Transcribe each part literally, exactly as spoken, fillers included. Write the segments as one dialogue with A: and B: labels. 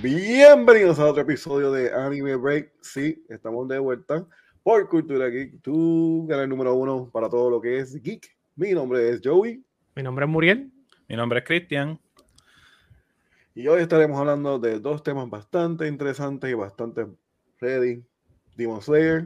A: Bienvenidos a otro episodio de Anime Break. Sí, estamos de vuelta por Cultura Geek, tu canal número uno para todo lo que es geek. Mi nombre es Joey.
B: Mi nombre es Muriel.
C: Mi nombre es Cristian.
A: Y hoy estaremos hablando de dos temas bastante interesantes y bastante ready. Demon Slayer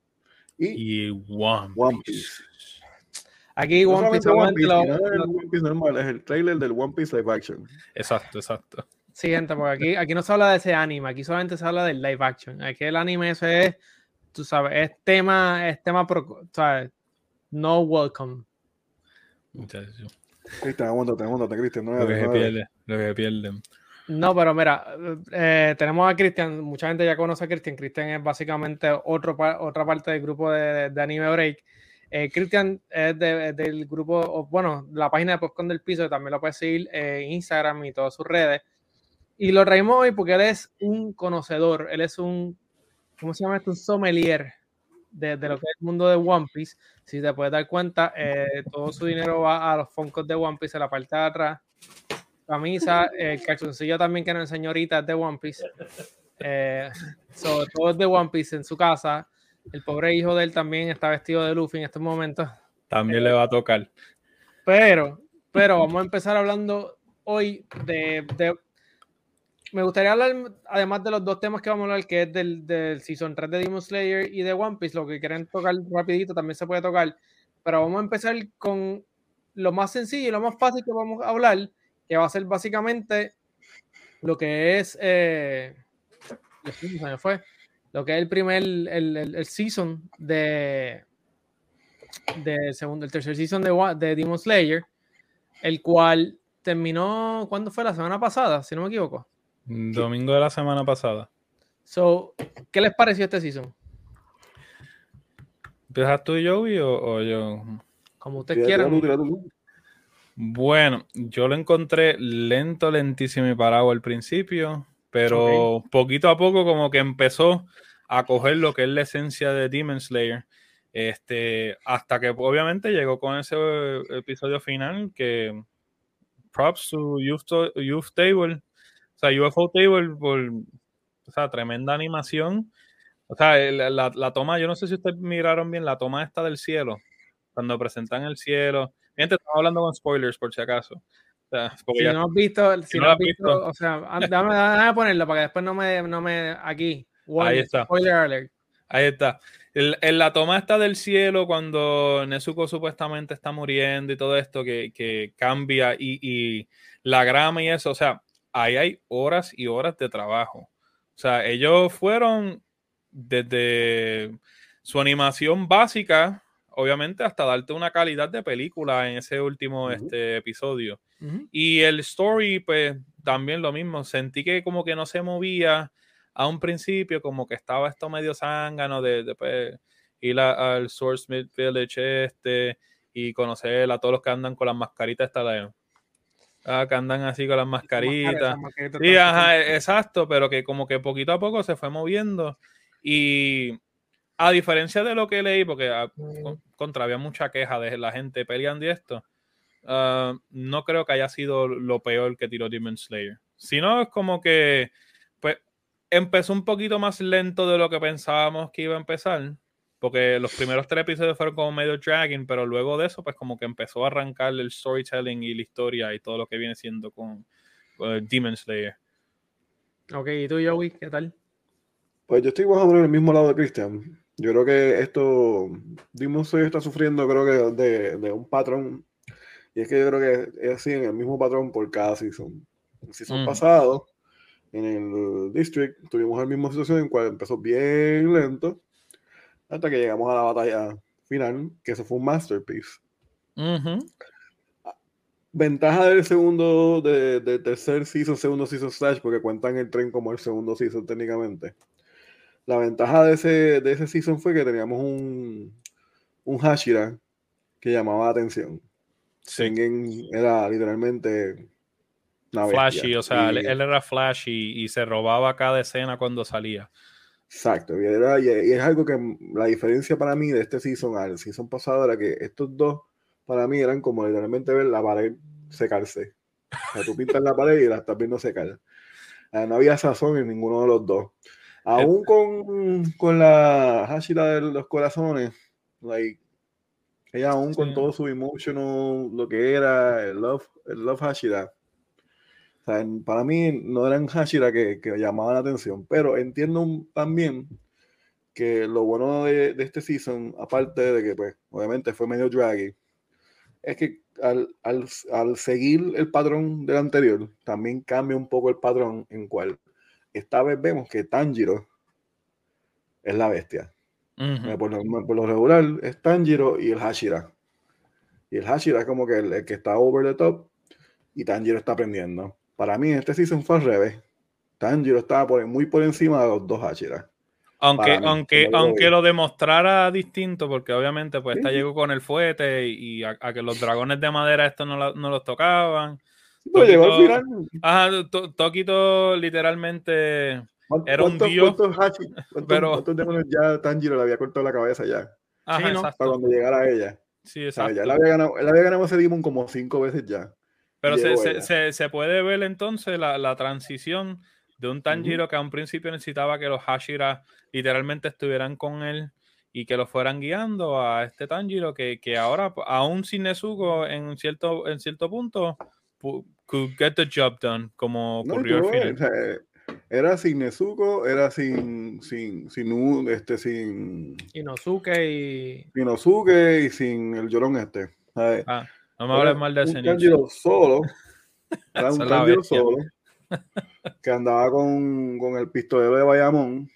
A: y,
C: y One,
A: One
C: Piece.
A: Piece.
B: Aquí
A: no
B: One Piece,
A: One Piece,
B: lo,
A: no es el
B: lo...
A: One Piece normal, es el trailer del One Piece live action.
C: Exacto, exacto.
B: Sí, gente, porque aquí, aquí no se habla de ese anime, aquí solamente se habla del live action. Aquí el anime eso es, tú sabes, es tema, es tema, pro, ¿sabes? No welcome.
C: Muchachos.
A: Cristian, aguántate, aguántate, Cristian. No
C: lo que
A: no
C: se pierde, lo que se pierden.
B: No, pero mira, eh, tenemos a Cristian, mucha gente ya conoce a Cristian. Cristian es básicamente otro, otra parte del grupo de, de Anime Break. Eh, Cristian es de, del grupo, o, bueno, la página de Popcorn del Piso, también lo puedes seguir en eh, Instagram y todas sus redes. Y lo traemos hoy porque él es un conocedor, él es un, ¿cómo se llama esto? Un sommelier de, de lo que es el mundo de One Piece. Si te puedes dar cuenta, eh, todo su dinero va a los Funkos de One Piece, en la parte de atrás. Camisa, el calzoncillo también que nos enseñó ahorita es de One Piece. Eh, so, todo es de One Piece en su casa. El pobre hijo de él también está vestido de Luffy en estos momentos.
C: También eh, le va a tocar.
B: Pero, pero vamos a empezar hablando hoy de, de... Me gustaría hablar, además de los dos temas que vamos a hablar, que es del, del Season tres de Demon Slayer y de One Piece, lo que quieren tocar rapidito también se puede tocar. Pero vamos a empezar con lo más sencillo y lo más fácil que vamos a hablar, que va a ser básicamente lo que es eh, fue lo que es el primer el, el, el season de de segundo el tercer season de, de Demon Slayer, el cual terminó, ¿cuándo fue? La semana pasada, si no me equivoco.
C: Domingo de la semana pasada.
B: So, ¿qué les pareció este season?
C: ¿Empiezas tú, Joey, o, o yo?
B: Como ustedes quieran.
C: Bueno, yo lo encontré lento, lentísimo y parado al principio, pero okay. Poquito a poco como que empezó a coger lo que es la esencia de Demon Slayer, este, hasta que obviamente llegó con ese episodio final que props to Youth Table, o sea, U F O Table por, o sea, tremenda animación. O sea, la, la, la toma, yo no sé si ustedes miraron bien la toma esta del cielo, cuando presentan el cielo. Gente, estamos hablando con spoilers, por si acaso. O sea,
B: si
C: ya,
B: no has visto, si, si no, no has visto, visto, o sea, dame, dame ponerlo para que después no me, no me aquí.
C: Warning, ahí está.
B: Spoiler alert.
C: Ahí está. El, en la toma esta del cielo, cuando Nezuko supuestamente está muriendo y todo esto, que, que cambia y, y la grama y eso, o sea, ahí hay horas y horas de trabajo. O sea, ellos fueron desde su animación básica, obviamente, hasta darte una calidad de película en ese último uh-huh. este, episodio. Uh-huh. Y el story, pues, también lo mismo. Sentí que como que no se movía a un principio, como que estaba esto medio zángano de, de pues, ir a, al Swordsmith Village este y conocer a todos los que andan con las mascaritas esta de, ah, que andan así con las mascaritas. Sí, ajá, exacto, pero que como que poquito a poco se fue moviendo. Y a diferencia de lo que leí, porque a, mm. contra había mucha queja de la gente peleando y esto, uh, no creo que haya sido lo peor que tiró Demon Slayer. Sino es como que pues empezó un poquito más lento de lo que pensábamos que iba a empezar, porque los primeros tres episodios fueron como medio dragging, pero luego de eso pues como que empezó a arrancar el storytelling y la historia y todo lo que viene siendo con uh, Demon Slayer.
B: Ok, ¿y tú, Joey? ¿Qué tal?
A: Pues yo estoy más o menos en el mismo lado de Cristian. Yo creo que esto, Demon Slayer está sufriendo creo que de, de un patrón, y es que yo creo que es así en el mismo patrón por cada season. El season mm. pasado, en el District, tuvimos la misma situación en cual empezó bien lento, hasta que llegamos a la batalla final, que eso fue un masterpiece.
C: Uh-huh.
A: Ventaja del segundo, de, de tercer season, segundo season slash, porque cuentan el tren como el segundo season técnicamente. La ventaja de ese, de ese season fue que teníamos un, un Hashira que llamaba la atención.
C: Sí.
A: Tengen era literalmente una
C: flashy,
A: bestia.
C: o sea,
A: y,
C: él era flashy y se robaba cada escena cuando salía.
A: Exacto, y, era, y, y es algo que la diferencia para mí de este season al season pasado era que estos dos para mí eran como literalmente ver la pared secarse. O sea, tú pintas la pared y la estás viendo secar. Uh, no había sazón en ninguno de los dos. Aún con, con la Hashira de los corazones, like, ella aún sí. con todo su emotional, lo que era el love, el love Hashira. O sea, para mí no eran Hashira que, que llamaban la atención, pero entiendo también que lo bueno de, de este season, aparte de que pues obviamente fue medio draggy, es que al, al, al seguir el patrón del anterior, también cambia un poco el patrón en cual esta vez vemos que Tanjiro es la bestia. Uh-huh. por, lo, por lo regular es Tanjiro y el Hashira. Y el Hashira es como que el, el que está over the top y Tanjiro está aprendiendo. Para mí este season fue al revés. Tanjiro estaba por, muy por encima de los dos Hashira.
C: Aunque, mí, aunque, aunque lo demostrara distinto, porque obviamente pues sí. esta llegó con el fuete y, y a, a que los dragones de madera estos no, la, no los tocaban.
A: Sí, Toquito, llegó al final.
C: Ajá, to, Toquito literalmente era un
A: ¿Cuántos,
C: dios.
A: ¿Cuántos, hachi, cuántos,
C: pero...
A: cuántos demonios ya Tanjiro le había cortado la cabeza ya?
C: Ajá,
B: sí, ¿no?
C: exacto.
A: Para cuando llegara a ella.
C: Sí, exacto.
A: O sea, ya él había, ganado, él había ganado ese demon como cinco veces ya.
C: Pero se, se, se, se puede ver entonces la, la transición de un Tanjiro uh-huh. que a un principio necesitaba que los Hashira literalmente estuvieran con él y que lo fueran guiando, a este Tanjiro que, que ahora, aún sin Nezuko, en cierto, en cierto punto, could get the job done, como ocurrió
A: no,
C: al final.
A: O sea, era sin Nezuko, era sin sin sin este sin
B: Inosuke y
A: Inosuke y sin el llorón este. ¿Sabes?
C: Ah, no me hables mal de ese
A: un Tanjiro solo. Era un Tanjiro solo que andaba con, con el pistolero de Bayamón.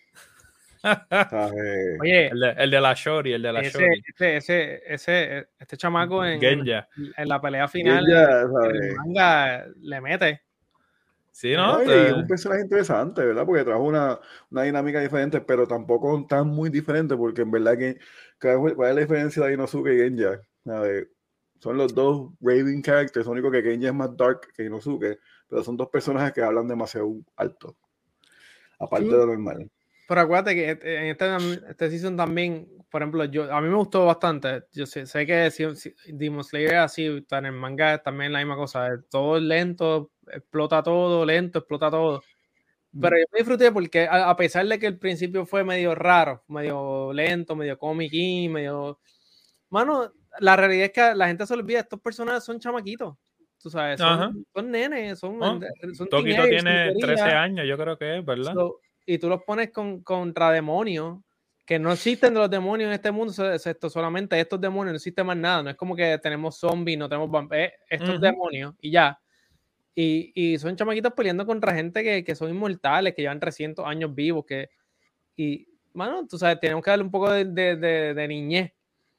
B: Oye,
C: el de, el de la Shori, el de la
B: ese,
C: Shori.
B: Ese, ese, ese, este chamaco en,
C: Genja.
B: en la pelea final
A: Genja,
B: en el manga le mete.
C: Sí, ¿no?
A: no y es un personaje interesante, ¿verdad? Porque trajo una, una dinámica diferente, pero tampoco tan muy diferente, porque en verdad que ¿cuál es la diferencia de Inosuke y Genja? A ver, son los dos raving characters, lo único que Genja es más dark que Inosuke, pero son dos personajes que hablan demasiado alto, aparte sí. de lo normal.
B: Pero acuérdate que en este, este season también, por ejemplo, yo a mí me gustó bastante. Yo sé, sé que si, si Demon Slayer es así, está en el manga también la misma cosa. Todo es lento, explota todo, lento, explota todo. Pero yo me disfruté porque a, a pesar de que el principio fue medio raro, medio lento, medio comic y medio... Mano, la realidad es que la gente se olvida, estos personajes son chamaquitos. Tú sabes, son, son nenes, son...
C: Oh,
B: son
C: Toquito tiene trece años, yo creo que es, ¿verdad?
B: So, y tú los pones con, contra demonios, que no existen de los demonios en este mundo, excepto solamente estos demonios, no existe más nada, no es como que tenemos zombies, no tenemos vampiros, estos uh-huh. demonios, y ya. Y, y son chamaquitos peleando contra gente que, que son inmortales, que llevan trescientos años vivos, que, y, mano, tú sabes, tenemos que darle un poco de, de, de, de niñez.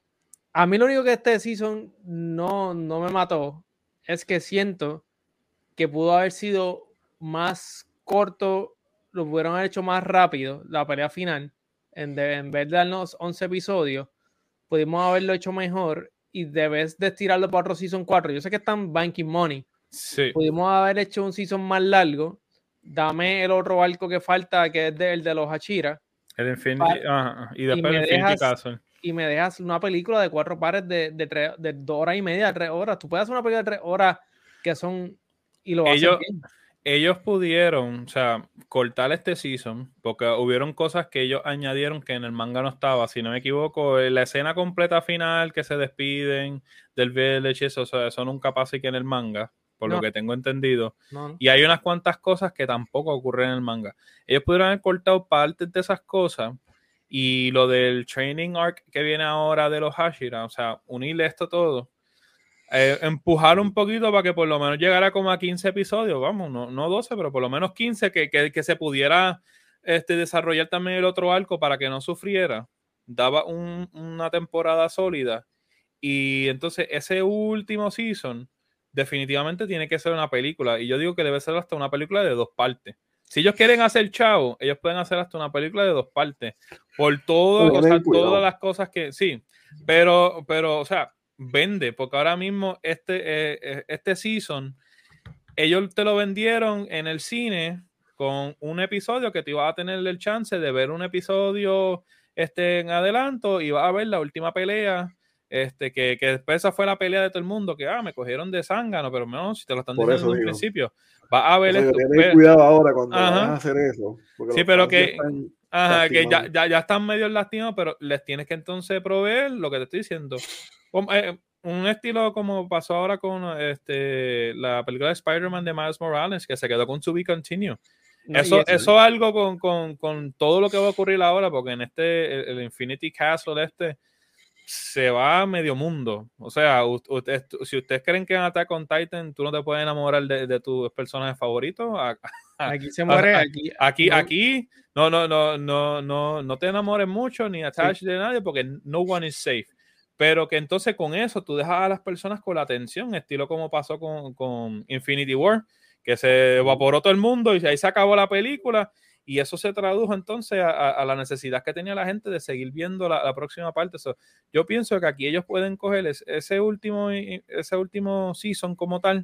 B: A mí lo único que este season no, no me mató es que siento que pudo haber sido más corto, lo pudieron haber hecho más rápido, la pelea final, en, de, en vez de darnos once episodios, pudimos haberlo hecho mejor y de vez de estirarlo para otro season cuatro, yo sé que están banking money,
C: sí.
B: pudimos haber hecho un season más largo, dame el otro arco que falta, que es de, el de los Hashira,
C: el Infinity, para, uh, y después y el Infinity Castle.
B: Y me dejas una película de cuatro pares de, de, tres, de dos horas y media, de tres horas, tú puedes hacer una película de tres horas que son... Y lo
C: ellos,
B: bien.
C: ellos pudieron, o sea, cortar este season, porque hubieron cosas que ellos añadieron que en el manga no estaba, si no me equivoco, la escena completa final que se despiden del village, eso, o sea, eso nunca pasa aquí en el manga, por no. lo que tengo entendido.
B: No, no.
C: Y hay unas cuantas cosas que tampoco ocurren en el manga. Ellos pudieron haber cortado partes de esas cosas, y lo del training arc que viene ahora de los Hashira, o sea, unirle esto todo. Eh, empujar un poquito para que por lo menos llegara como a quince episodios, vamos, no, no doce, pero por lo menos quince, que, que, que se pudiera este, desarrollar también el otro arco para que no sufriera, daba un, una temporada sólida, y entonces ese último season definitivamente tiene que ser una película, y yo digo que debe ser hasta una película de dos partes. Si ellos quieren hacer chavo, ellos pueden hacer hasta una película de dos partes, por todo, o sea, todas las cosas que, sí, pero, pero, o sea, vende, porque ahora mismo este, eh, este season ellos te lo vendieron en el cine con un episodio que te ibas a tener el chance de ver un episodio este, en adelanto y vas a ver la última pelea Este, que, que después esa fue la pelea de todo el mundo, que ah, me cogieron de zángano, pero no, si te lo están
A: Por
C: diciendo
A: eso
C: desde un
A: digo.
C: principio, vas a ver
A: O sea,
C: esto.
A: que tener
C: Pero,
A: cuidado ahora cuando
C: ajá.
A: vayas a hacer eso. Porque
C: Sí,
A: los
C: pero
A: fans ya
C: que,
A: están
C: ajá, que ya,
A: lastimados.
C: ya, ya están medio lastimados, pero les tienes que entonces proveer lo que te estoy diciendo. Como, eh, un estilo como pasó ahora con este, la película de Spider-Man de Miles Morales, que se quedó con To Be Continue.
B: No, y
C: Eso,
B: eso-
C: eso es algo con, con, con todo lo que va a ocurrir ahora, porque en este, el, el Infinity Castle este, se va a medio mundo. O sea, u- usted- si ustedes creen que en Attack on Titan tú no te puedes enamorar de, de tus personajes favoritos, a- a-
B: aquí se
C: a-
B: muere,
C: a-
B: aquí.
C: aquí,
B: no,
C: aquí, no, no, no, no, no, no te enamores mucho ni attach
B: Sí.
C: de nadie porque no one is safe. Pero que entonces con eso tú dejas a las personas con la atención, estilo como pasó con, con Infinity War, que se evaporó todo el mundo y ahí se acabó la película. Y eso se tradujo entonces a, a, a la necesidad que tenía la gente de seguir viendo la, la próxima parte. So, yo pienso que aquí ellos pueden coger ese, ese último ese último season como tal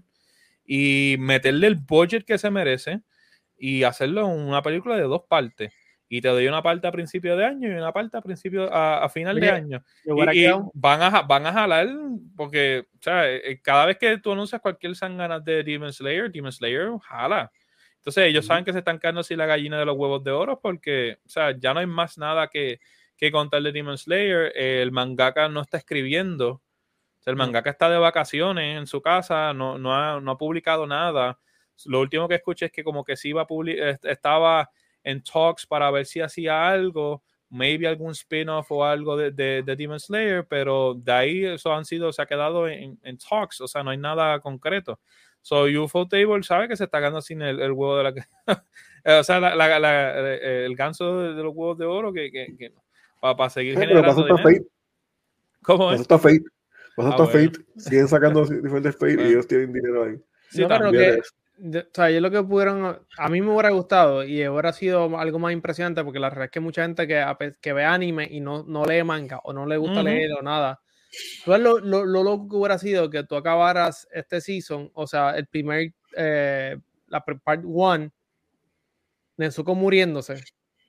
C: y meterle el budget que se merece y hacerlo en una película de dos partes. Y te doy una parte a principio de año y una parte a principio a, a final
B: Oye,
C: de año.
B: me hubiera
C: Y, y
B: quedado-
C: van, a, van a jalar porque, o sea, eh, cada vez que tú anuncias cualquier sangana de Demon Slayer, Demon Slayer jala. Entonces ellos
A: Ujú.
C: saben que se están quedando así la gallina de los huevos de oro porque, o sea, ya no hay más nada que, que contar de Demon Slayer. El mangaka no está escribiendo. O sea, el
B: No.
C: mangaka está de vacaciones en su casa, no, no, ha, no ha publicado nada. Lo último que escuché es que como que sí iba a publi- est- estaba en talks para ver si hacía algo, maybe algún spin-off o algo de, de, de Demon Slayer, pero de ahí eso han sido, se ha quedado en, en talks, o sea, no hay nada concreto. So, U F O Table sabe que se está ganando sin el, el huevo de la... o sea, la, la, la, el ganso de, de los huevos de oro que, que, que para pa seguir
A: Sí, pero para eso
C: generando
A: está
C: dinero.
A: Fate.
C: ¿Cómo
A: Para
C: es?
A: eso está Fate. Para eso
C: Ah,
A: está
C: bueno.
A: Fate. Siguen sacando diferentes Fate
C: Bueno.
A: y ellos tienen dinero ahí.
C: Sí,
B: no, pero
C: también.
A: Olvídate
B: que,
A: de eso.
B: de- o sea, yo lo que pudieron, a mí me hubiera gustado y hubiera sido algo más impresionante porque la verdad es que mucha gente que, a pe- que ve anime y no, no lee manga o no le gusta
C: Ujú.
B: leer o nada. Tú lo, lo, lo loco que hubiera sido que tú acabaras este season, o sea, el primer, eh, la pre- part one, Nezuko muriéndose,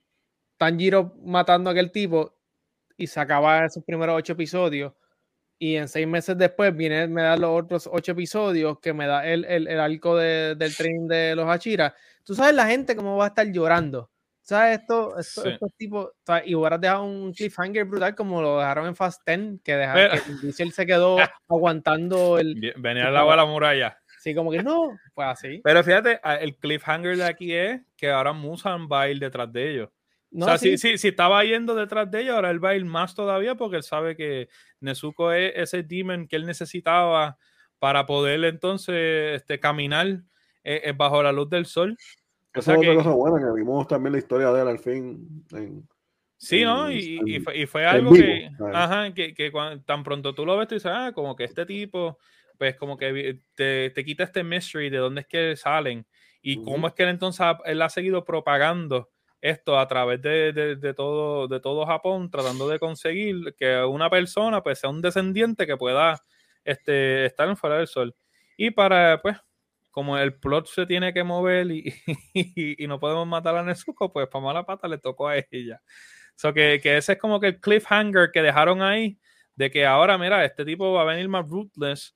B: Tanjiro matando a aquel tipo y se acaba esos primeros ocho episodios. Y en seis meses después viene, me da los otros ocho episodios que me da el, el, el arco de, del tren de los Hachira. Tú sabes la gente cómo va a estar llorando. ¿Sabes? Esto, esto,
C: Sí.
B: estos tipos. O sea, y hubieras dejado un cliffhanger brutal como lo dejaron en Fast ten, que, deja,
C: Pero-
B: que Vin Diesel se quedó aguantando el.
C: Bien, venía al agua de la muralla.
B: Sí, como que no, pues así.
C: Pero fíjate, a- el cliffhanger de aquí es que ahora Musan va a ir detrás de ellos.
B: No,
C: o sea,
B: sí.
C: si, si, si estaba yendo detrás de ellos, ahora él va a ir más todavía porque él sabe que Nezuko es ese demon que él necesitaba para poder entonces este, caminar eh, eh, bajo la luz del sol. O
A: Esa
C: sea
A: es otra
C: que,
A: cosa buena, que vimos también la historia de él al fin. En,
C: sí, ¿no?
A: en-
C: Y, y
A: en-
C: fue, y fue
A: en
C: algo
A: vivo,
C: que,
A: ¿sabes?
C: ajá, que, que cuando, tan pronto tú lo ves, tú dices, ah, como que este tipo, pues como que vi- te, te quita este mystery de dónde es que salen y
A: Ujú.
C: cómo es que él entonces ha- él ha seguido propagando esto a través de, de, de todo, de todo Japón, tratando de conseguir que una persona pues sea un descendiente que pueda este, estar en fuera del sol. Y para, pues, como el plot se tiene que mover y, y, y no podemos matar a Nezuko, pues para mala pata le tocó a ella. So que, que ese es como que el cliffhanger que dejaron ahí, de que ahora, mira, este tipo va a venir más ruthless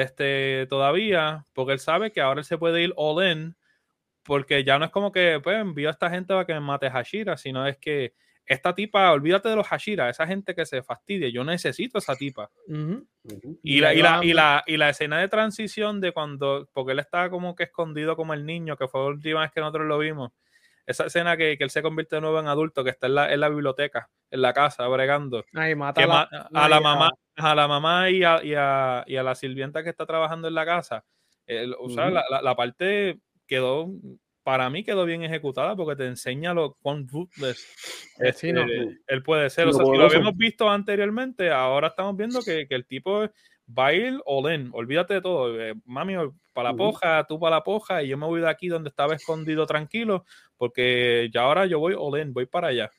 C: este, todavía, porque él sabe que ahora él se puede ir all in, porque ya no es como que, pues, envío a esta gente para que me mate Hashira, sino es que esta tipa, olvídate de los Hashira, esa gente que se fastidie, yo necesito esa tipa.
B: Ujú.
A: Ujú.
C: Y,
B: Y
C: la,
B: ahí
C: y, la,
B: van-
C: y, la, y la escena de transición de cuando, porque él estaba como que escondido como el niño, que fue la última vez que nosotros lo vimos, esa escena que, que él se convierte de nuevo en adulto, que está en la, en la biblioteca, en la casa, bregando,
B: Ay, mata
C: que
B: a la,
C: ma- a la
B: ay,
C: mamá, a la mamá y a, y a, y a la sirvienta que está trabajando en la casa. El- o sea,
A: Ujú.
C: la, la, la parte quedó, para mí quedó bien ejecutada porque te enseña lo cuán ruthless este,
B: Sí, no.
C: él puede ser.
A: Sí,
C: O
A: lo
C: sea, si lo
A: poderoso.
C: habíamos visto anteriormente, ahora estamos viendo que, que el tipo va a ir all in, olvídate de todo, eh, mami, para la
A: Ujú.
C: poja, tú para la poja, y yo me voy de aquí donde estaba escondido tranquilo, porque ya ahora yo voy all in, voy para allá.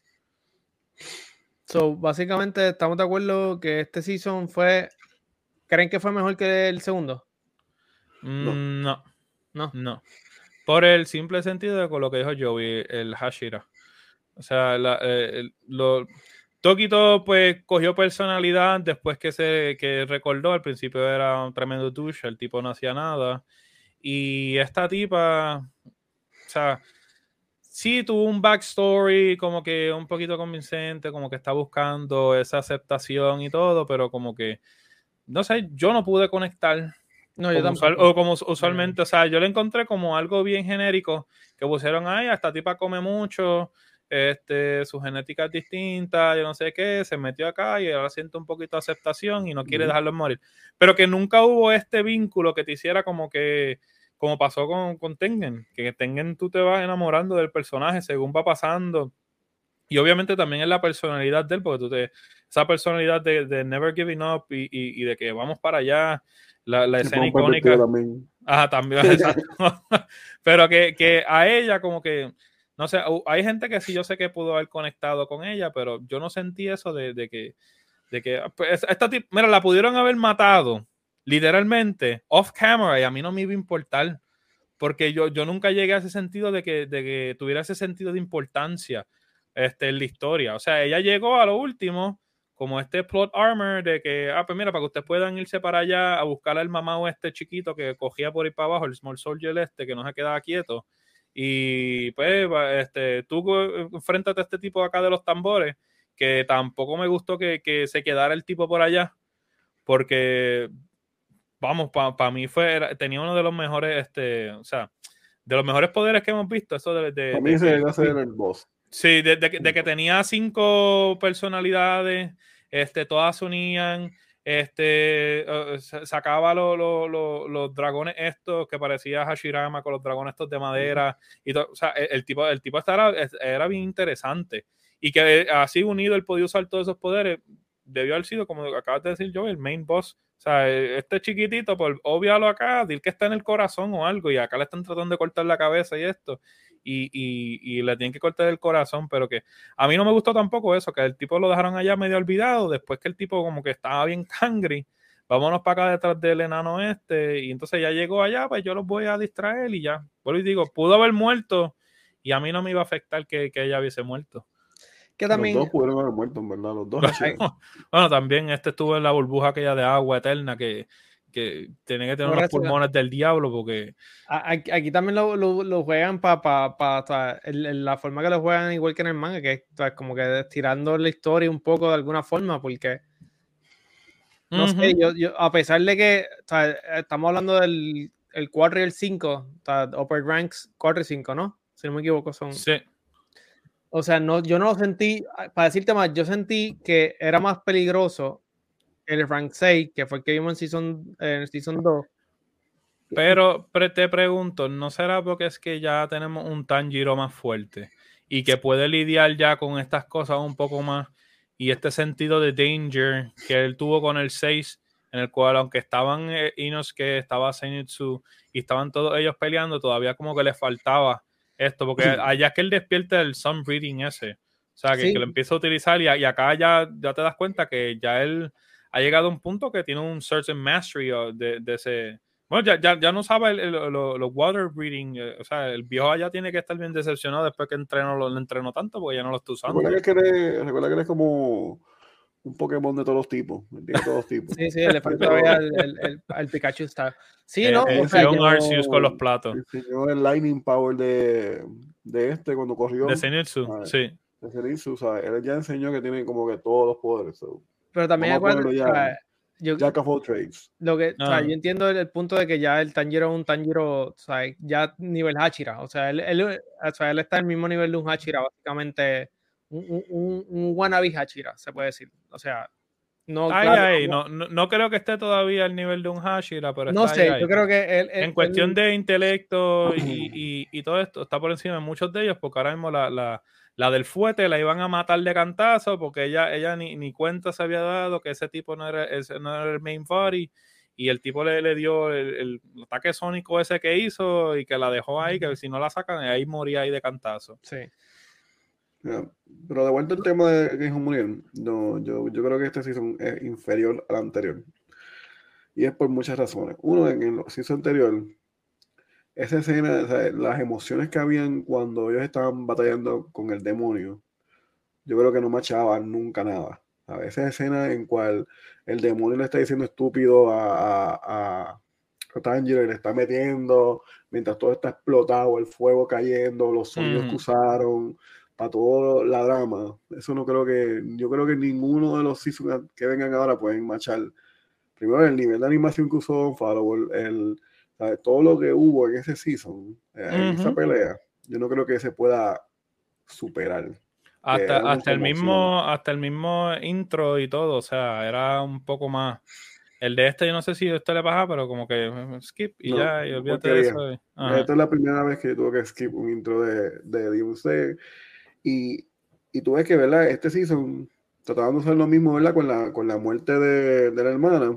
B: So, básicamente estamos de acuerdo que este season fue. ¿Creen que fue mejor que el segundo?
A: No.
C: Mm, no,
B: No.
C: no. Por el simple sentido de con lo que dijo Joey, el Hashira. O sea, la, eh, el- lo, Tokito pues cogió personalidad después que se que recordó. Al principio era un tremendo douche, el tipo no hacía nada. Y esta tipa, o sea, sí tuvo un backstory como que un poquito convincente, como que está buscando esa aceptación y todo, pero como que, no sé, yo no pude conectar.
B: No, yo
C: Como usual,
B: tampoco.
C: o como usualmente, o sea, yo lo encontré como algo bien genérico, que pusieron ahí, esta tipa come mucho, este, su genética es distinta, yo no sé qué, se metió acá y ahora siente un poquito de aceptación y no quiere
A: Ujú.
C: dejarlo morir. Pero que nunca hubo este vínculo que te hiciera como que, como pasó con, con Tengen, que Tengen tú te vas enamorando del personaje según va pasando. Y obviamente también es la personalidad de él, porque tú te, esa personalidad de, de never giving up y, y, y de que vamos para allá, la, la escena
A: Es más pervertido
C: icónica.
A: también.
C: Ajá, también, exacto. Pero que, que a ella como que, no sé, hu- hay gente que sí yo sé que pudo haber conectado con ella, pero yo no sentí eso de, de que, de que, pues, esta tip- mira, la pudieron haber matado, literalmente, off camera, y a mí no me iba a importar, porque yo, yo nunca llegué a ese sentido de que, de que tuviera ese sentido de importancia este, en la historia. O sea, ella llegó a lo último como este plot armor de que, ah, pues mira, para que ustedes puedan irse para allá a buscar al mamado este chiquito que cogía por ahí para abajo, el Small Soldier este, que no se quedaba quieto. Y pues, va, este, tú eh, enfréntate a este tipo acá de los tambores, que tampoco me gustó que, que se quedara el tipo por allá, porque vamos, para pa mí fue, era- tenía uno de los mejores, este, o sea, de los mejores poderes que hemos visto, eso de, de,
A: Para mí
C: de
A: se
C: que,
A: debe hacer el boss.
C: sí, de, de que de que tenía cinco personalidades, este, todas se unían, este, eh, sa- sacaba lo- lo- lo- los dragones estos que parecía Hashirama con los dragones estos de madera, y todo, o sea, el, el tipo, el tipo estaba, era bien interesante, y que así unido él podía usar todos esos poderes, debió haber sido, como acabas de decir yo, el main boss. O sea, este chiquitito, por obviarlo acá, dir que está en el corazón o algo, y acá le están tratando de cortar la cabeza y esto, y, y, y le tienen que cortar el corazón, pero que a mí no me gustó tampoco eso, que el tipo lo dejaron allá medio olvidado, después que el tipo como que estaba bien cangri, vámonos para acá detrás del enano este, y entonces ya llegó allá, pues yo los voy a distraer y ya. Bueno, y digo, pudo haber muerto, y a mí no me iba a afectar que, que ella hubiese muerto.
B: Que
A: Los
B: también,
A: dos pudieron haber muerto, en verdad. Los dos Hashira.
C: Bueno, también este estuvo en la burbuja aquella de agua eterna que, que tiene que tener
B: por
C: unos
B: eso,
C: pulmones del diablo porque
B: a- aquí, aquí también lo, lo, lo juegan para pa, pa, o sea, el- el- la forma que lo juegan igual que en el manga, que es o sea, como que estirando la historia un poco de alguna forma, porque no sé,
C: uh-huh.
B: yo, yo, a pesar de que o sea, estamos hablando del el cuatro y el cinco, o sea, Upper Ranks cuatro y cinco, ¿no? Si no me equivoco, son.
C: Sí.
B: O sea, no, yo no lo sentí, para decirte más, yo sentí que era más peligroso el Rank seis, que fue el que vimos en Season, en season dos.
C: Pero, pero te pregunto, ¿no será porque es que ya tenemos un Tanjiro más fuerte y que puede lidiar ya con estas cosas un poco más y este sentido de danger que él tuvo con el seis, en el cual aunque estaban eh, Inosuke, estaba Zenitsu y estaban todos ellos peleando, todavía como que les faltaba esto, porque allá es que él despierta el Sun Breathing ese, o sea, que,
B: Sí.
C: que lo empieza a utilizar y, y acá ya, ya te das cuenta que ya él ha llegado a un punto que tiene un certain mastery de, de ese... Bueno, ya, ya, ya no sabe los lo, lo water breathing, eh, o sea, el viejo allá tiene que estar bien decepcionado después que entrenó, lo, lo entrenó tanto porque ya no lo está usando.
A: Recuerda que eres, recuerda que eres como un Pokémon de todos los tipos, de todos los tipos.
B: Sí, sí, le falta todavía el, el, el, el Pikachu Star. Sí,
C: Eh,
B: ¿no?
C: eh,
B: O sea,
C: John
B: yo,
C: Arceus con los platos.
A: Enseñó el Lightning Power de, de este cuando corrió.
C: De Zenitsu,
A: Ah,
C: sí.
A: de Zenitsu, o sea, él ya enseñó que tiene como que todos los poderes. So.
B: pero también
A: Vamos a
B: acuérdate,
A: ponerlo ya.
B: o sea, yo,
A: Jack of all trades.
B: lo que, o sea,
C: Ah.
B: yo entiendo el, el punto de que ya el Tanjiro es un Tanjiro, o sea, ya nivel Hachira, o sea, él, él, o sea, él está al mismo nivel de un Hachira, básicamente un, un, un wannabe Hachira, se puede decir. O sea, no,
C: Ay,
B: claro,
C: ay,
B: no,
C: no, no, no creo que esté todavía al nivel de un Hashira, pero
B: no
C: está ahí,
B: sé,
C: ahí.
B: yo creo que él, él,
C: En cuestión
B: él,
C: de intelecto y, y, y todo esto, está por encima de muchos de ellos, porque ahora mismo la, la, la del fuete la iban a matar de cantazo, porque ella, ella ni, ni cuenta se había dado que ese tipo no era, ese no era el main body, y el tipo le, le dio el, el ataque sónico ese que hizo y que la dejó ahí, que si no la sacan, ahí moría ahí de cantazo.
B: sí.
A: Yeah. Pero de vuelta al tema de Genjo Muriel, no, yo, yo creo que este season es inferior al anterior. Y es por muchas razones. Uno, en el season anterior, esa escena, o sea, las emociones que habían cuando ellos estaban batallando con el demonio, yo creo que no machaba nunca nada. A veces escenas en cual el demonio le está diciendo estúpido a, a, a Tanjiro y le está metiendo mientras todo está explotado, el fuego cayendo, los sonidos mm. que usaron para toda la drama. Eso no creo que, yo creo que ninguno de los seasons que vengan ahora pueden machar. Primero el nivel de animación que usó Follower, el, el, todo lo que hubo en ese season, en uh-huh. esa pelea, yo no creo que se pueda superar.
C: Hasta, hasta el mismo hasta el mismo intro y todo, o sea, era un poco más. El de este yo no sé si esto le pasa, pero como que skip y no, ya, y olvídate de eso. Y,
A: esta es la primera vez que tuve que skip un intro de, de Demon Slayer. Y, y tú ves que, ¿verdad? Este season trataban de hacer lo mismo, ¿verdad? Con la, con la muerte de, de la hermana.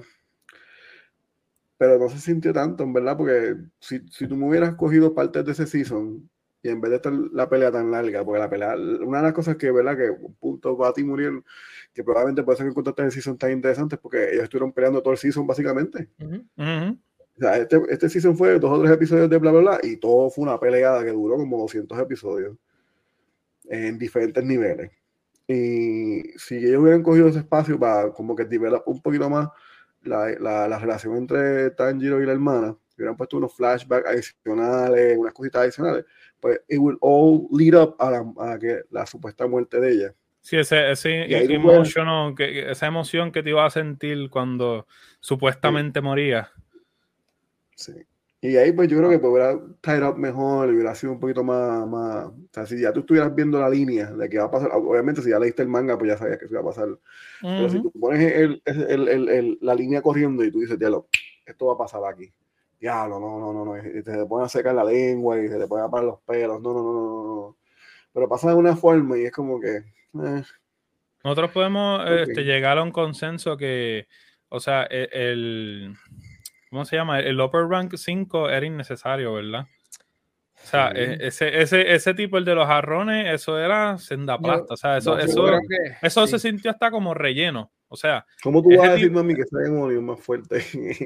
A: Pero no se sintió tanto, en verdad, porque si, si tú me hubieras cogido partes de ese season y en vez de estar la pelea tan larga, porque la pelea, una de las cosas que, ¿verdad? Que punto va a ti murieron, que probablemente puede ser que encontraste el season tan interesante porque ellos estuvieron peleando todo el season, básicamente.
C: Uh-huh. Uh-huh.
A: O sea, este, este season fue dos o tres episodios de bla, bla, bla, y todo fue una peleada que duró como doscientos episodios en diferentes niveles. Y si ellos hubieran cogido ese espacio para como que develop un poquito más la, la, la relación entre Tanjiro y la hermana, hubieran puesto unos flashbacks adicionales, unas cositas adicionales, pues it will all lead up a la, a que la supuesta muerte de ella.
C: Sí, ese, ese emotion, que, esa emoción que te ibas a sentir cuando supuestamente sí. moría.
A: Sí. Y ahí pues yo creo que pues, hubiera tied up mejor, hubiera sido un poquito más, más, o sea, si ya tú estuvieras viendo la línea de que va a pasar, obviamente si ya leíste el manga pues ya sabías que eso iba a pasar, uh-huh. pero si tú pones el, el, el, el, la línea corriendo y tú dices, diablo, esto va a pasar aquí, diablo, no, no, no, no, y te, te ponen a secar la lengua y se te ponen a parar los pelos, no, no, no, no, no, pero pasa de una forma y es como que... Eh.
C: Nosotros podemos okay. este, llegar a un consenso que, o sea, el... el... ¿Cómo se llama? El upper rank cinco era innecesario, ¿verdad? O sea, sí. ese, ese, ese tipo, el de los jarrones, eso era senda plasta. O sea, eso, no, eso, que, eso sí. se sintió hasta como relleno. O sea,
A: ¿cómo tú vas a decir, tipo, mami, que ese demonio es más fuerte?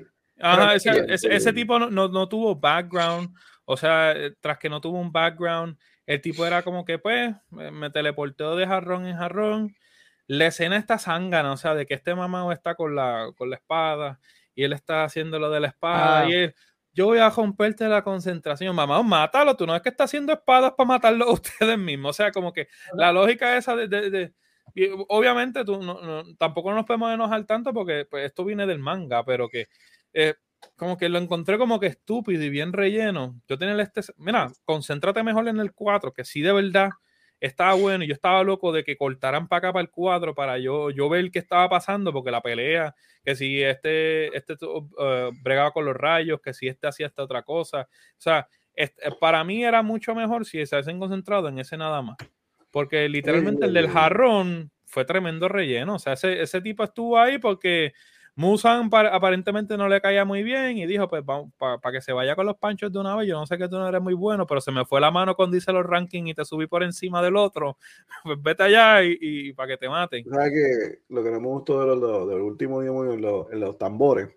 C: Ajá, ese, ese, ese tipo no, no, no tuvo background. O sea, tras que no tuvo un background, el tipo era como que, pues, me teleporteo de jarrón en jarrón. La escena está zángana, o sea, de que este mamado está con la, con la espada. Y él está haciendo lo de la espada. Ah. Y él, yo voy a romperte la concentración. Mamá, mátalo. Tú no es que está haciendo espadas para matarlo a ustedes mismos. O sea, como que la lógica esa de... de, de y obviamente tú no, no, tampoco nos podemos enojar tanto porque pues, esto viene del manga, pero que eh, como que lo encontré como que estúpido y bien relleno. Yo tenía el este... Mira, concéntrate mejor en el cuatro, que sí de verdad... estaba bueno y yo estaba loco de que cortaran para acá para el cuatro para yo, yo ver qué estaba pasando, porque la pelea, que si este, este uh, bregaba con los rayos, que si este hacía esta otra cosa, o sea, este, para mí era mucho mejor si se hubiesen concentrado en ese nada más, porque literalmente el del jarrón fue tremendo relleno, o sea, ese, ese tipo estuvo ahí porque Musan aparentemente no le caía muy bien y dijo, pues vamos, para pa que se vaya con los panchos de una vez, yo no sé que tú no eres muy bueno, pero se me fue la mano cuando hice los rankings y te subí por encima del otro, pues vete allá y, y para que te maten.
A: ¿Sabes que lo que no me gustó de los, de los, de los últimos demonios en los, en los tambores?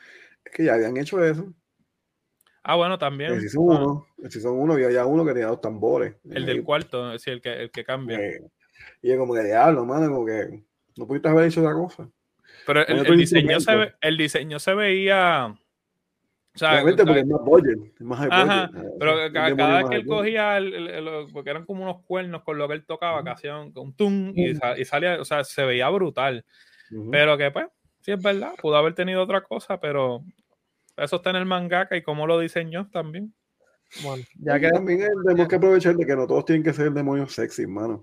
A: Es que ya habían hecho eso.
C: Ah, bueno, también.
A: El season uno, el season uno había ya uno que tenía dos tambores.
C: El del cuarto, sí, el que, el que cambia.
A: Eh, y es como que diablo, mano, como que no pudiste haber hecho otra cosa.
C: Pero el, el, diseño se ve, el diseño se veía...
A: O sea, obviamente porque es más budget, es más high
C: ajá,
A: budget.
C: Pero
A: es
C: cada, cada vez que él cogía, el, el, el, porque eran como unos cuernos con lo que él tocaba, uh-huh. que hacían un tum y, y salía, o sea, se veía brutal. Uh-huh. Pero que pues, sí es verdad, pudo haber tenido otra cosa, pero eso está en el mangaka y cómo lo diseñó también.
A: Bueno, ya que también tenemos que aprovechar de que no todos tienen que ser demonios sexy, hermano.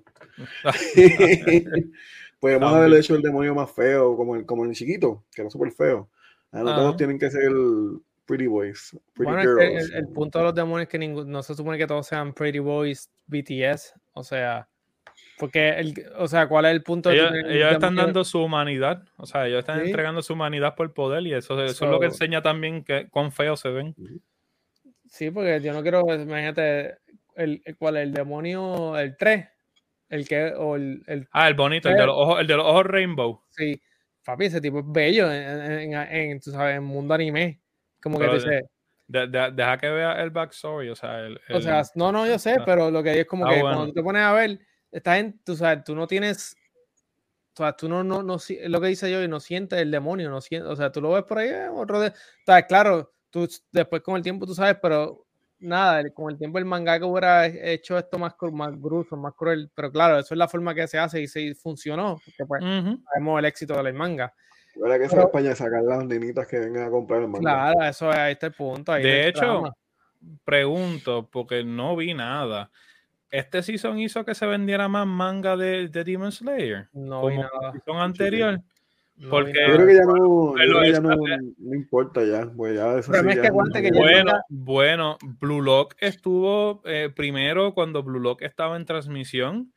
A: Podemos haberle hecho el demonio más feo, como el, como el chiquito, que era súper feo. No uh-huh. todos tienen que ser pretty boys, pretty
B: bueno,
A: girls.
B: Es que el, el punto de los demonios es que ningún, no se supone que todos sean pretty boys B T S, o sea, porque, el, o sea, ¿cuál es el punto?
C: Ellos,
B: de
C: ellos están dando su humanidad, o sea, ellos están ¿sí? entregando su humanidad por poder y eso, eso so, es lo que enseña también que cuán feos se ven.
B: Sí, porque yo no quiero, imagínate, el, el, ¿cuál es el demonio? El tres. El que, o el, el
C: ah, el bonito, el de, los ojos, el de los ojos rainbow.
B: Sí, papi, ese tipo es bello en, en, en, en tú sabes, en mundo anime. Como pero que te dice.
C: De, de, deja que vea el backstory, o sea, el, el...
B: o sea, no, no, yo sé, pero lo que hay es como ah, que bueno. Cuando tú te pones a ver, estás en, tú sabes, tú no tienes, o sea, tú no, no, no, es lo que dice yo, y no sientes el demonio, no sientes, o sea, tú lo ves por ahí, eh, otro de, o sea, claro, tú después con el tiempo tú sabes, pero nada, con el tiempo el mangaka hubiera hecho esto más, más grueso, más cruel, pero claro, eso es la forma que se hace y se funcionó, porque pues uh-huh. sabemos el éxito del manga.
A: Ahora que sea España, sacar las nenitas que vengan a comprar el manga.
B: Claro, eso ahí está el punto. Ahí
C: de hecho, trama. Pregunto, porque no vi nada. ¿Este season hizo que se vendiera más manga de, de Demon Slayer?
B: No
C: como
B: vi nada.
C: el season anterior.
B: No
C: porque
B: vi nada.
A: Yo creo que ya no, yo creo que ya no, no importa ya. Pues ya eso
B: Pero
A: sí,
B: es
A: ya
B: que
A: es
B: aguante que
C: bueno,
B: ya
C: bueno, Blue Lock estuvo eh, primero cuando Blue Lock estaba en transmisión.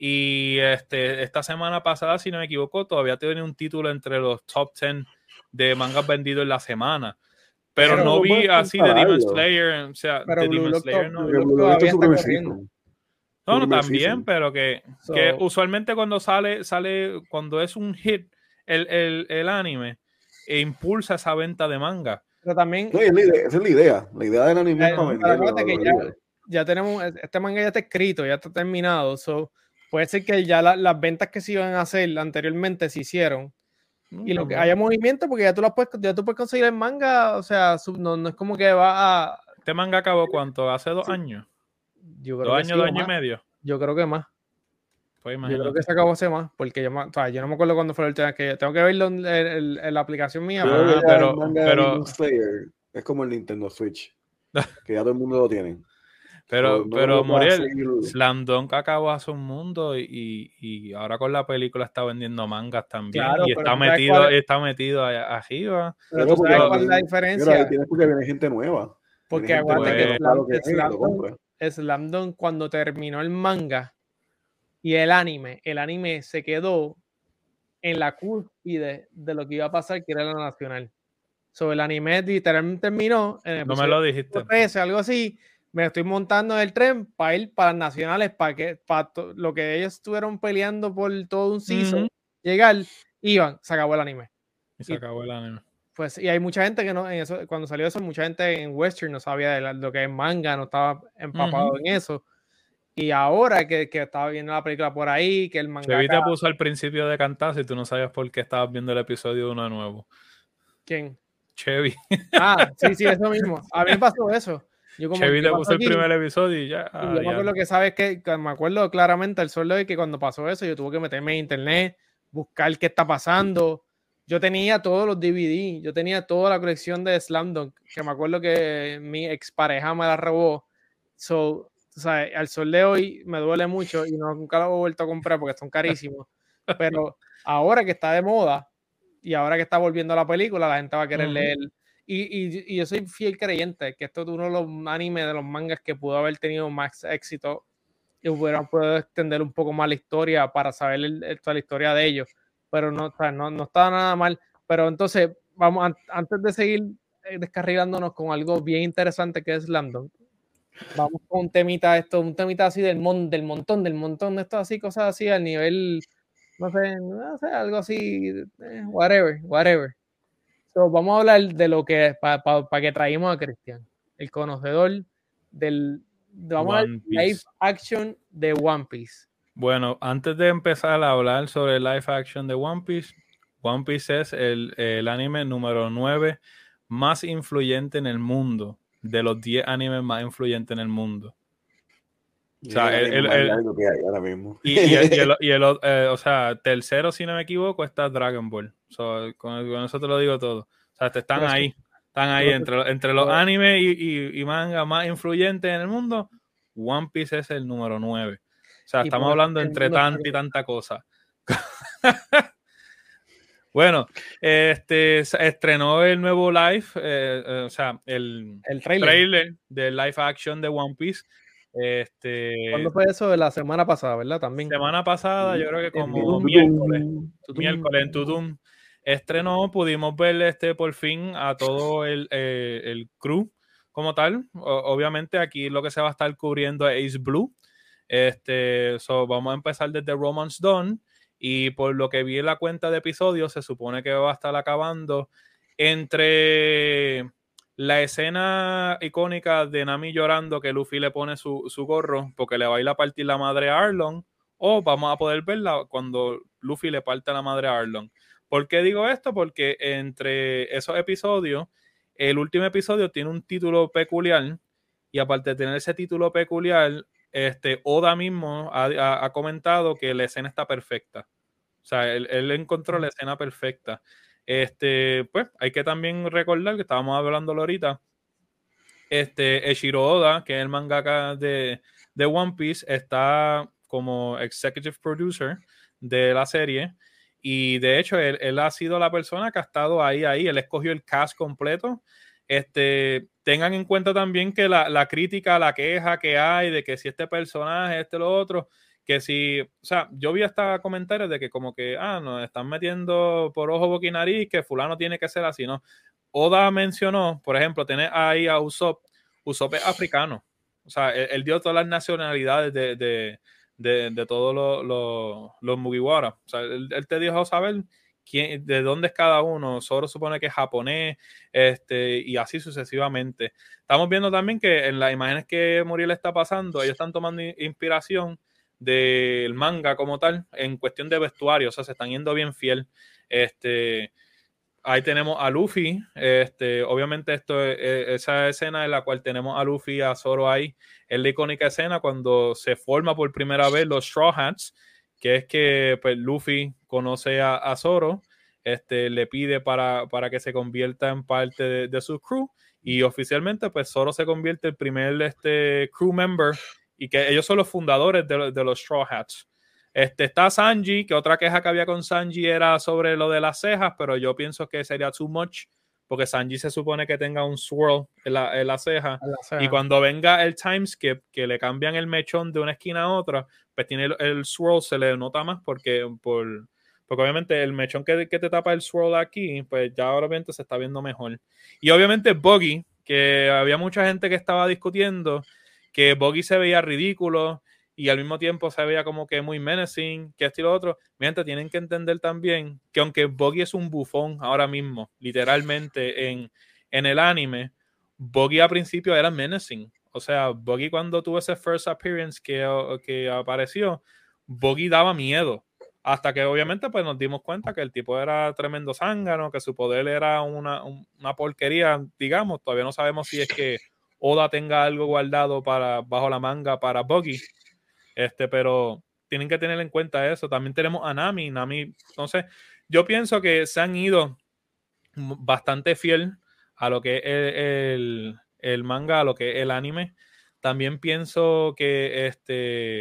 C: Y este, esta semana pasada, si no me equivoco, todavía tiene un título entre los top diez de mangas vendidos en la semana. Pero, pero no vi así de Demon Slayer. O sea,
B: pero
C: de
B: Blue
C: Demon
B: Lock
C: Slayer
B: top,
C: no.
B: Blue Lock todavía está corriendo.
C: No, no, también, season. Pero que,
B: so,
C: que usualmente cuando sale, sale, cuando es un hit el, el, el anime, e impulsa esa venta de manga.
B: Pero también.
A: No, es la idea, esa es la idea. La idea del anime
B: eh,
A: es para venderlo.
B: Que ya, ya tenemos, este manga ya está escrito, ya está terminado. So, puede ser que ya la, las ventas que se iban a hacer anteriormente se hicieron. Y lo que haya movimiento, porque ya tú, lo puedes, ya tú puedes conseguir el manga, o sea, no, no es como que va a...
C: ¿Este manga acabó cuánto? ¿Hace dos
B: sí.
C: años?
B: Yo creo
C: ¿Dos
B: que
C: años,
B: sí,
C: dos años
B: más.
C: y medio?
B: Yo creo que más.
C: Pues
B: yo creo que se acabó hace más, porque yo, o sea, yo no me acuerdo cuándo fue el última que tengo que verlo en, en, en la aplicación mía.
A: Yo
B: pero,
A: creo que ya
C: pero,
A: el manga
C: pero...
A: de Demon Slayer es como el Nintendo Switch, que ya todo el mundo lo tiene.
C: Pero, so, no pero Muriel, Slam Dunk acabó hace un mundo y, y ahora con la película está vendiendo mangas también. Claro, y está metido, es... está metido arriba.
B: Pero, pero tú sabes cuál es la diferencia.
A: Pero ahí tienes porque viene gente nueva.
B: Porque aguanta que, que, Slam, que Slam, Dunk, Slam Dunk cuando terminó el manga y el anime, el anime se quedó en la cúspide de lo que iba a pasar, que era la nacional. Sobre el anime literalmente terminó en el
C: no me lo dijiste.
B: trece, algo así. Me estoy montando en el tren para ir para las nacionales, para que para lo que ellos estuvieron peleando por todo un season, uh-huh. llegar, iban, se acabó el anime.
C: Y se y, acabó el anime.
B: Pues, y hay mucha gente que no, en eso, cuando salió eso, mucha gente en Western no sabía de la, lo que es manga, no estaba empapado uh-huh. en eso. Y ahora que, que estaba viendo la película por ahí, que el manga.
C: Chevy te puso al principio de cantar si tú no sabías por qué estabas viendo el episodio de uno de nuevo.
B: ¿Quién?
C: Chevy.
B: Ah, sí, sí, eso mismo. A mí me pasó eso. Yo como
C: Chevy te puso el primer episodio y ya.
B: Ah, y yo ya. me acuerdo que sabes que, que me acuerdo claramente el sueldo de que cuando pasó eso, yo tuve que meterme en internet, buscar qué está pasando. Yo tenía todos los D V D, yo tenía toda la colección de Slam Dunk, que me acuerdo que mi expareja me la robó. So, o sea, al sol de hoy me duele mucho y no, nunca lo he vuelto a comprar porque son carísimos. Pero ahora que está de moda y ahora que está volviendo a la película, la gente va a querer uh-huh. leer. Y, y, y yo soy fiel creyente que esto es uno de los animes, de los mangas que pudo haber tenido más éxito y hubieran podido extender un poco más la historia para saber el, el, toda la historia de ellos. Pero no, o sea, no, no estaba nada mal. Pero entonces, vamos, an, antes de seguir descarrilándonos con algo bien interesante que es Slam Dunk, vamos con un temita, esto, un temita así del, mon, del montón, del montón de esto así, cosas así al nivel, no sé, no sé, algo así, eh, whatever, whatever. So, vamos a hablar de lo que, para pa, pa que traímos a Cristian, el conocedor del, vamos a hablar live action de One Piece.
C: Bueno, antes de empezar a hablar sobre live action de One Piece, One Piece es el, el anime número nueve más influyente en el mundo, de los diez animes más influyentes en el mundo. O sea, el, el, el, el
A: que hay ahora mismo.
C: Y, y el, y el, y el eh, o sea, tercero, si no me equivoco, está Dragon Ball. So, con, con eso te lo digo todo. O sea, te están pero ahí. Están ahí entre, entre los animes y, y, y manga más influyentes en el mundo. One Piece es el número nueve. O sea, estamos hablando entre tanta y tanta cosa. Bueno, este estrenó el nuevo live, eh, eh, o sea, el,
B: el trailer.
C: trailer de live action de One Piece. Este,
B: ¿Cuándo fue eso? La semana pasada, ¿verdad? También.
C: Semana pasada, yo creo que como miércoles, miércoles en Tudum estrenó, pudimos ver este por fin a todo el, eh, el crew como tal. O, obviamente aquí lo que se va a estar cubriendo es Ace Blue. Este, so vamos a empezar desde Romance Dawn y por lo que vi en la cuenta de episodios se supone que va a estar acabando entre la escena icónica de Nami llorando que Luffy le pone su, su gorro porque le va a ir a partir la madre a Arlong, o vamos a poder verla cuando Luffy le parte la madre a Arlong. ¿Por qué digo esto? Porque entre esos episodios, el último episodio tiene un título peculiar, y aparte de tener ese título peculiar, este, Oda mismo ha, ha, ha comentado que la escena está perfecta. O sea, él, él encontró la escena perfecta. Este, pues hay que también recordar que estábamos hablándolo ahorita. Este, Eiichiro Oda, que es el mangaka de, de One Piece, está como executive producer de la serie. Y de hecho, él, él ha sido la persona que ha estado ahí, ahí. Él escogió el cast completo. Este, tengan en cuenta también que la, la crítica, la queja que hay de que si este personaje, este, lo otro, que si, o sea, yo vi hasta comentarios de que como que, ah, nos están metiendo por ojo, boca y nariz, que fulano tiene que ser así, ¿no? Oda mencionó, por ejemplo, tener ahí a Usopp. Usopp es africano. O sea, él, él dio todas las nacionalidades de, de, de, de todos los, los, los Mugiwara. O sea, él, él te dijo saber quién, de dónde es cada uno. Zoro supone que es japonés, este, y así sucesivamente. Estamos viendo también que en las imágenes que Muriel está pasando, ellos están tomando inspiración del manga como tal, en cuestión de vestuario. O sea, se están yendo bien fiel. Este... Ahí tenemos a Luffy, este, obviamente esto es, esa escena en la cual tenemos a Luffy y a Zoro ahí, es la icónica escena cuando se forma por primera vez los Straw Hats, que es que pues, Luffy conoce a, a Zoro, este, le pide para, para que se convierta en parte de, de su crew, y oficialmente pues Zoro se convierte en el primer este, crew member, y que ellos son los fundadores de, de los Straw Hats. Este, está Sanji, que otra queja que había con Sanji era sobre lo de las cejas, pero yo pienso que sería too much, porque Sanji se supone que tenga un swirl en la, en la ceja,
B: la ceja.
C: Y cuando venga el timeskip, que le cambian el mechón de una esquina a otra, pues tiene el, el swirl, se le nota más, porque, por, porque obviamente el mechón que, que te tapa el swirl aquí, pues ya obviamente se está viendo mejor. Y obviamente Buggy, que había mucha gente que estaba discutiendo que Buggy se veía ridículo, y al mismo tiempo se veía como que muy menacing, que esto y lo otro. Mi gente, tienen que entender también que aunque Buggy es un bufón ahora mismo, literalmente en, en el anime, Buggy al principio era menacing. O sea, Buggy cuando tuvo ese first appearance que, que apareció, Buggy daba miedo. Hasta que obviamente pues nos dimos cuenta que el tipo era tremendo zángano, que su poder era una, una porquería, digamos. Todavía no sabemos si es que Oda tenga algo guardado para, bajo la manga para Buggy. Este, pero tienen que tener en cuenta eso. También tenemos a Nami. Nami, entonces, yo pienso que se han ido bastante fiel a lo que es el, el, el manga, a lo que es el anime. También pienso que este,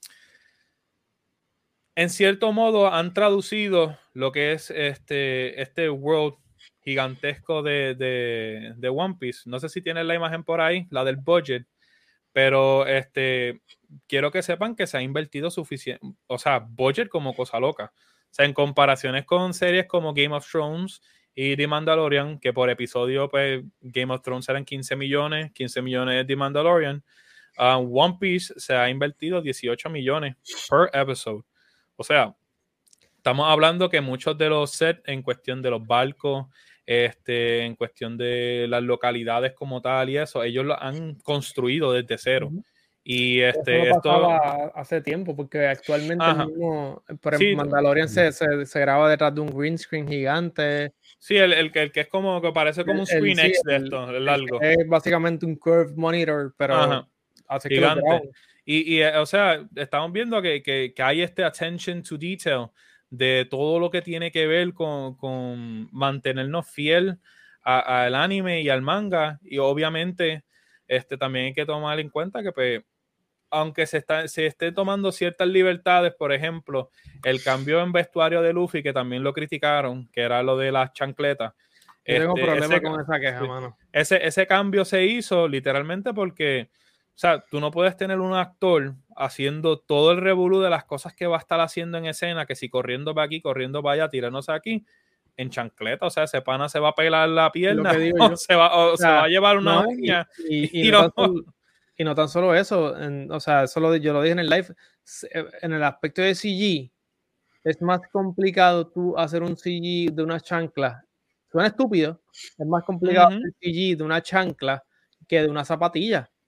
C: en cierto modo han traducido lo que es este, este world gigantesco de, de, de One Piece. No sé si tienen la imagen por ahí, la del budget. Pero este, quiero que sepan que se ha invertido suficiente, o sea, budget como cosa loca. O sea, en comparaciones con series como Game of Thrones y The Mandalorian, que por episodio, pues, Game of Thrones eran quince millones, quince millones de The Mandalorian, uh, One Piece se ha invertido dieciocho millones per episode. O sea, estamos hablando que muchos de los sets en cuestión de los barcos, Este, en cuestión de las localidades como tal y eso, ellos lo han construido desde cero. Uh-huh. Y este,
B: eso no pasaba esto hace tiempo, porque actualmente el mismo, por ejemplo, sí, Mandalorian se, se, se graba detrás de un green screen gigante.
C: Sí, el, el, el que es como que parece como un Screen X sí, de esto, el, el largo.
B: Es básicamente un curved monitor, pero
C: Ajá.
B: así
C: gigante. Que lo y, y, o sea, estamos viendo que, que, que hay este attention to detail de todo lo que tiene que ver con, con mantenernos fiel al anime y al manga. Y obviamente este, también hay que tomar en cuenta que pues, aunque se, está, se esté tomando ciertas libertades, por ejemplo, el cambio en vestuario de Luffy, que también lo criticaron, que era lo de las chancletas.
B: Yo este, tengo problemas ese, con esa queja, mano.
C: Ese, ese cambio se hizo literalmente porque, o sea, tú no puedes tener un actor haciendo todo el revolú de las cosas que va a estar haciendo en escena, que si corriendo para aquí, corriendo para allá, tirándose aquí, en chancleta, o sea, ese pana se va a pelar la pierna, o, se va, o, o sea, se va a llevar una no, uña.
B: Y, y, y, y, no no, solo, y no tan solo eso, en, o sea, eso lo, yo lo dije en el live, en el aspecto de C G, es más complicado tú hacer un C G de una chancla. Suena estúpido, es más complicado uh-huh. hacer C G de una chancla que de una zapatilla.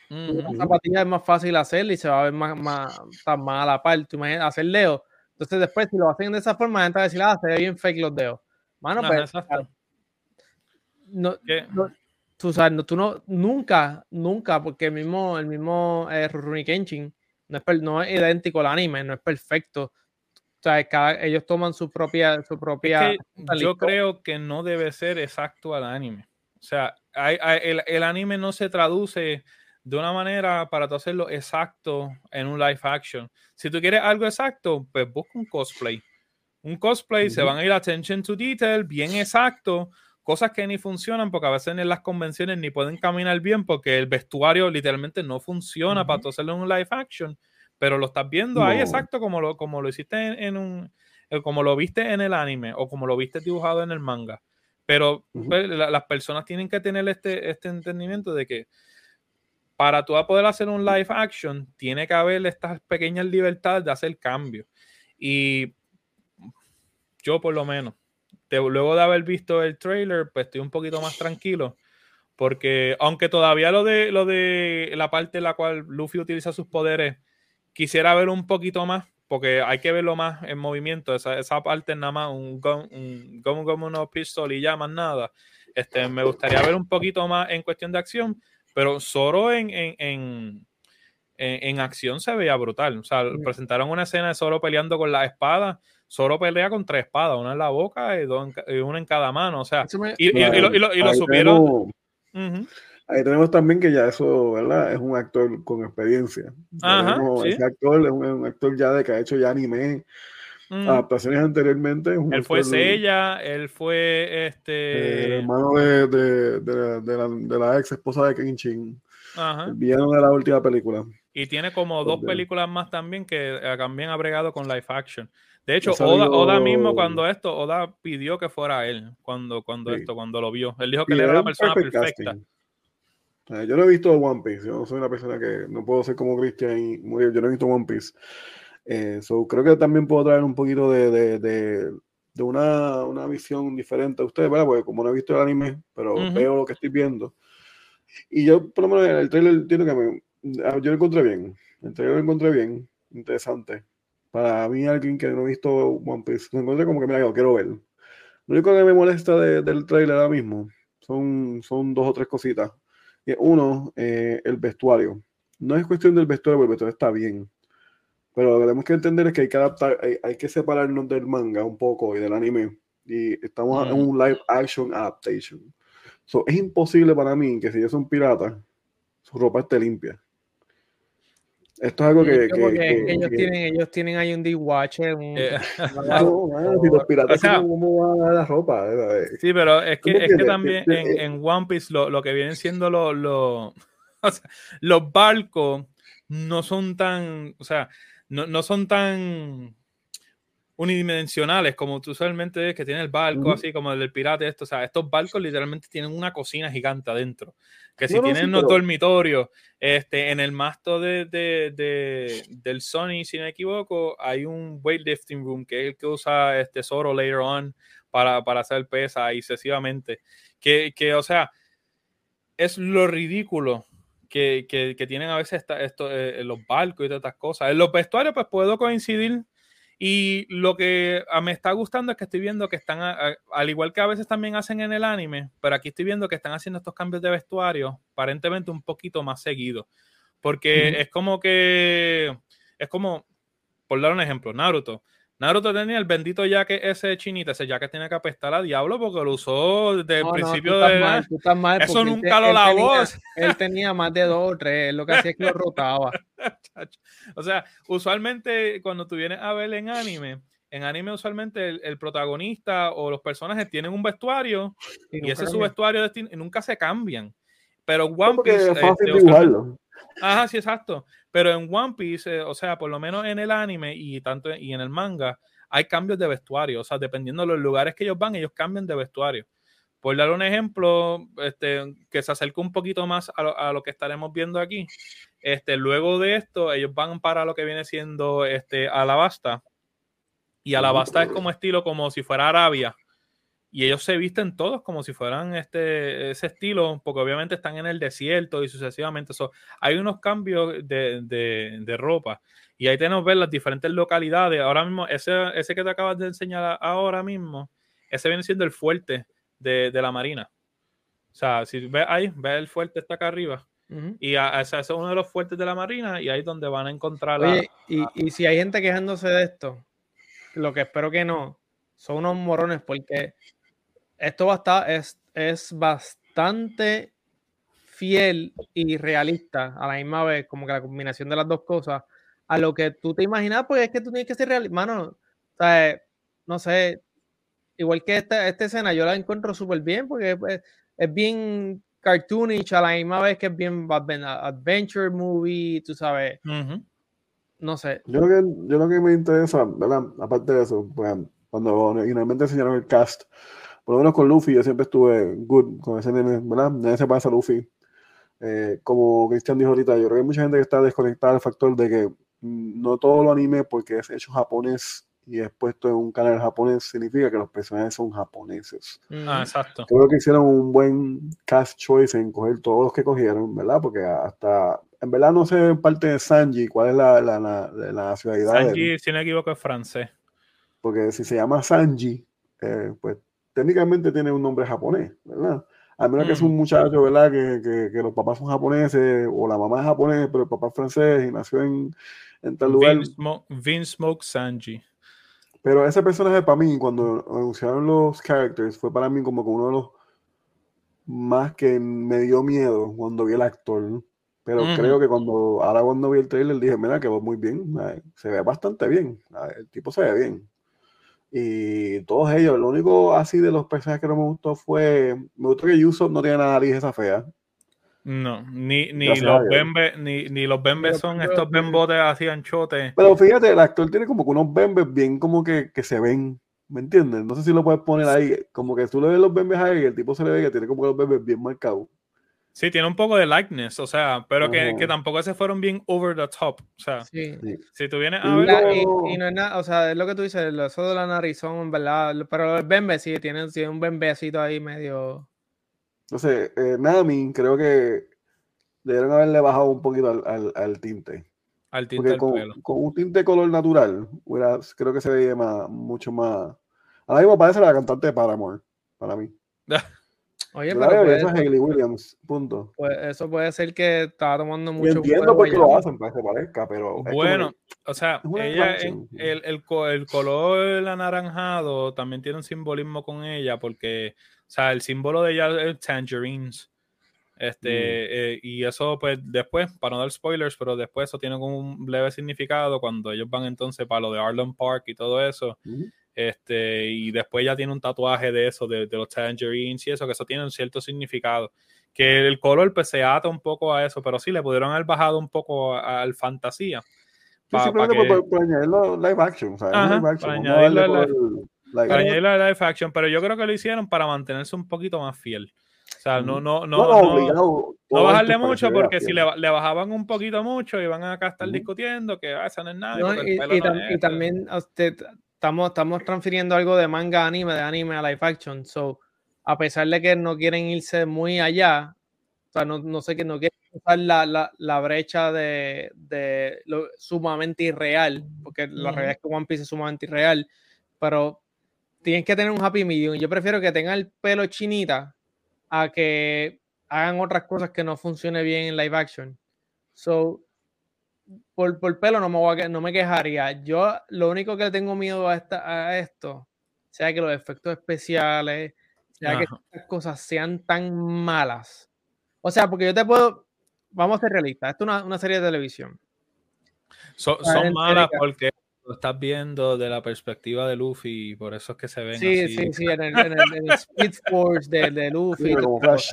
B: Uh-huh. Una zapatilla es más fácil hacerla y se va a ver más, más tan mal a la par. Tú imaginas hacer dedos. Entonces, después, si lo hacen de esa forma, la gente va a decir, ah, se ve bien fake los dedos. Mano,
C: Ajá,
B: pues.
C: Exacto.
B: No, no, tú sabes, no, tú no, nunca, nunca, porque el mismo, el mismo eh, Rurouni Kenshin no es, no es idéntico al anime, no es perfecto. O sea, cada, ellos toman su propia, su propia.
C: Es que yo creo que no debe ser exacto al anime. O sea, hay, hay, el, el anime no se traduce de una manera para tú hacerlo exacto en un live action. Si tú quieres algo exacto, pues busca un cosplay. Un cosplay, uh-huh. Se van a ir attention to detail, bien exacto, cosas que ni funcionan porque a veces en las convenciones ni pueden caminar bien porque el vestuario literalmente no funciona uh-huh. para tú hacerlo en un live action, pero lo estás viendo no. ahí exacto como lo, como lo hiciste en, en un, como lo viste en el anime o como lo viste dibujado en el manga. Pero uh-huh. pues, la, las personas tienen que tener este, este entendimiento de que para tú poder hacer un live action tiene que haber estas pequeñas libertades de hacer cambios. Y yo por lo menos, te, luego de haber visto el trailer, pues estoy un poquito más tranquilo, porque aunque todavía lo de, lo de la parte en la cual Luffy utiliza sus poderes, quisiera ver un poquito más, porque hay que verlo más en movimiento, esa, esa parte es nada más un Gomu Gomu no Pistol y ya más nada. Este, me gustaría ver un poquito más en cuestión de acción, pero Zoro en, en, en, en, en acción se veía brutal. O sea, sí. Presentaron una escena de Zoro peleando con la espada. Zoro pelea con tres espadas, una en la boca y, dos en, y una en cada mano. O sea, me, y, y, y, y, lo, y, lo, y lo supieron.
A: Tenemos, uh-huh. Ahí tenemos también que ya eso, ¿verdad? Es un actor con experiencia.
C: Ajá,
A: tenemos,
C: sí.
A: Ese actor es un, un actor ya de que ha hecho ya anime, uh-huh. adaptaciones anteriormente.
C: Él
A: actor,
C: fue Seiya, él fue este.
A: El hermano de, de, de, la, de, la, de la ex esposa de Kenshin.
C: Ajá.
A: El villano de la última película.
C: Y tiene como dos
A: de...
C: películas más también que también ha bregado con live action. De hecho, Oda, Oda mismo cuando esto, Oda pidió que fuera él cuando, cuando sí. esto, cuando lo vio. Él dijo que él era la persona perfecta.
A: O sea, yo no he visto One Piece. Yo no soy una persona que no puedo ser como Christian y morir. Yo no he visto One Piece. Eh, so, creo que también puedo traer un poquito de, de, de, de una, una visión diferente a ustedes, ¿verdad? Porque como no he visto el anime, pero uh-huh. veo lo que estoy viendo. Y yo, por lo menos, el trailer entiendo que me, yo lo encontré bien. El trailer lo encontré bien. Interesante. Para mí, alguien que no ha visto One Piece, lo encontré como que, mira, yo quiero ver. Lo único que me molesta de, del trailer ahora mismo son, son dos o tres cositas. Uno, eh, el vestuario. No es cuestión del vestuario, porque el vestuario está bien. Pero lo que tenemos que entender es que hay que adaptar, hay, hay que separarnos del manga un poco y del anime. Y estamos mm. en un live action adaptation. So, es imposible para mí que si ellos son piratas, su ropa esté limpia. Esto es algo que...
B: Sí,
A: que,
B: que
A: que,
B: ellos,
A: que
B: tienen, ellos tienen ahí un dishwasher. Un...
C: Eh,
A: no, man, si los piratas,
C: o sea,
A: ¿cómo, ¿cómo va a la ropa?
C: Sí, pero es que, es que también en, en One Piece lo, lo que vienen siendo los, los, o sea, los barcos no son tan... O sea, no, no son tan unidimensionales como tú usualmente ves que tiene el barco, uh-huh. así como el del pirata. Esto, o sea, estos barcos literalmente tienen una cocina gigante adentro. Que si no, no, tienen sí, unos pero... dormitorios, este, en el masto de, de, de, del Sony, si no me equivoco, hay un weightlifting room que es el que usa este Zoro later on para, para hacer pesa y excesivamente. Que, que, o sea, es lo ridículo que, que, que tienen a veces esta, esto, eh, los barcos y todas estas cosas. En los vestuarios, pues puedo coincidir. Y lo que me está gustando es que estoy viendo que están, a, a, al igual que a veces también hacen en el anime, pero aquí estoy viendo que están haciendo estos cambios de vestuario aparentemente un poquito más seguido. Porque uh-huh. es como que, es como, por dar un ejemplo, Naruto. Naruto tenía el bendito jacket ese chinita, ese jacket tenía que apestar a diablo porque lo usó desde
B: no,
C: el
B: no,
C: principio
B: tú estás
C: de...
B: Mal, tú estás mal
C: eso nunca
B: él,
C: lo
B: él
C: lavó.
B: Tenía, él tenía más de dos o tres, lo que hacía es que lo rotaba.
C: O sea, usualmente cuando tú vienes a ver en anime, en anime usualmente el, el protagonista o los personajes tienen un vestuario y, y ese es su vestuario de, y nunca se cambian. Pero One Piece...
A: Es fácil este, dibujarlo.
C: Ajá, sí, exacto. Pero en One Piece, eh, o sea, por lo menos en el anime y tanto y en el manga, hay cambios de vestuario. O sea, dependiendo de los lugares que ellos van, ellos cambian de vestuario. Por dar un ejemplo, este, que se acerca un poquito más a lo, a lo que estaremos viendo aquí. Este, luego de esto, ellos van para lo que viene siendo este, Alabasta. Y Alabasta es como estilo como si fuera Arabia. y ellos se visten todos como si fueran este, ese estilo, porque obviamente están en el desierto y sucesivamente. So, hay unos cambios de, de, de ropa y ahí tenemos que ver las diferentes localidades. Ahora mismo, ese, ese que te acabas de enseñar ahora mismo, ese viene siendo el fuerte de, de la Marina. O sea, si ves ahí, ves el fuerte está acá arriba. Uh-huh. Y a, a, ese es uno de los fuertes de la Marina y ahí es donde van a encontrar la...
B: Oye, y, y si hay gente quejándose de esto, lo que espero que no, son unos morones porque esto va a estar, es, es bastante fiel y realista a la misma vez, como que la combinación de las dos cosas, a lo que tú te imaginas, porque es que tú tienes que ser realista, mano, o sea, no sé, igual que esta, esta escena yo la encuentro súper bien, porque es, es bien cartoonish a la misma vez que es bien adventure movie, tú sabes, uh-huh. No sé.
A: Yo lo que, yo lo que me interesa, ¿verdad? Aparte de eso, pues, cuando finalmente enseñaron el cast, por lo menos con Luffy, yo siempre estuve good con ese nene, ¿verdad? Nadie se pasa a Luffy. Eh, como Cristian dijo ahorita, yo creo que hay mucha gente que está desconectada del factor de que no todo lo anime porque es hecho japonés y es puesto en un canal japonés significa que los personajes son japoneses.
C: Ah, exacto.
A: Creo que hicieron un buen cast choice en coger todos los que cogieron, ¿verdad? Porque hasta, en verdad no sé parte de Sanji, cuál es la, la, la, la nacionalidad
C: Sanji,
A: de él.
C: si no me equivoco, es francés.
A: Porque si se llama Sanji, eh, pues técnicamente tiene un nombre japonés, ¿verdad? A menos mm. que es un muchacho, ¿verdad? Que, que, que los papás son japoneses o la mamá es japonesa, pero el papá es francés y nació en, en tal lugar.
C: Vince, Mo- Vince Smoke Sanji.
A: Pero ese personaje para mí, cuando anunciaron los characters, fue para mí como que uno de los más que me dio miedo cuando vi el actor. Pero uh-huh. creo que cuando, ahora cuando vi el trailer dije, mira, que va muy bien, se ve bastante bien, el tipo se ve bien. Y todos ellos, lo único así de los personajes que no me gustó fue, me gustó que Usopp no tiene nariz esa fea.
C: No, ni, ni los bembes, ni, ni los bembes son pero, estos bembotes así anchotes.
A: Pero fíjate, el actor tiene como que unos bembes bien como que, que se ven, ¿me entiendes? No sé si lo puedes poner ahí, como que tú le ves los bembes ahí y el tipo se le ve que tiene como que los bembes bien marcados.
C: Sí, tiene un poco de likeness, o sea, pero que, que tampoco se fueron bien over the top, o sea,
B: sí.
C: si tú vienes a ver...
B: La, y, y no es nada, o sea, es lo que tú dices, eso de la narizón, en verdad, pero el bembe sí, tiene, tiene un bembecito ahí medio...
A: No sé, eh, Nami creo que debieron haberle bajado un poquito al, al, al tinte.
C: Al tinte
A: Porque
C: del
A: con,
C: pelo.
A: con un tinte de color natural, hubiera, creo que se veía más, mucho más... Ahora mismo parece la cantante de Paramore, para mí.
B: Oye,
A: Yo
B: pero
A: veo,
B: puede,
A: eso es Hayley Williams, punto.
B: Pues eso puede ser que estaba tomando mucho.
A: Y entiendo por qué lo hacen, para que se parezca, pero...
C: Bueno, o sea, ella, en, el, el, el color anaranjado también tiene un simbolismo con ella, porque, o sea, el símbolo de ella es tangerines. Este, mm. eh, y eso, pues, después, para no dar spoilers, pero después eso tiene como un leve significado cuando ellos van entonces para lo de Arlen Park y todo eso. Mm. Este, y después ya tiene un tatuaje de eso, de, de los tangerines y eso, que eso tiene un cierto significado. Que el color pues se ata un poco a eso, pero sí le pudieron haber bajado un poco al fantasía.
A: Pa, simplemente pa que... por, por añadirlo live action, ¿sabes?
C: Ajá,
A: live action.
C: Para añadirlo a live, live, para añadirlo a live action, pero yo creo que lo hicieron para mantenerse un poquito más fiel. O sea, no, no, no, no, no, obligado, no bajarle mucho, porque si le, le bajaban un poquito mucho, iban acá a estar uh-huh. discutiendo que ah, eso no es nada.
B: No, y, y,
C: no
B: tam-
C: es
B: y también usted, estamos, estamos transfiriendo algo de manga a anime, de anime a live action. So, a pesar de que no quieren irse muy allá, o sea, no, no sé que no quieren usar la, la, la brecha de, de lo sumamente irreal, porque uh-huh. la realidad es que One Piece es sumamente irreal, pero tienen que tener un happy medium. Yo prefiero que tengan el pelo chinita a que hagan otras cosas que no funcione bien en live action. So, por, por pelo no me, voy a, no me quejaría. Yo lo único que le tengo miedo a, esta, a esto, sea que los efectos especiales, sea Ajá. que estas cosas sean tan malas. O sea, porque yo te puedo, vamos a ser realistas, esto es una, una serie de televisión.
C: So, son malas porque lo estás viendo de la perspectiva de Luffy y por eso es que se ven
B: sí,
C: así.
B: Sí, sí, en el, en el, en el Speed Force de, de Luffy.
A: Sí, como Flash.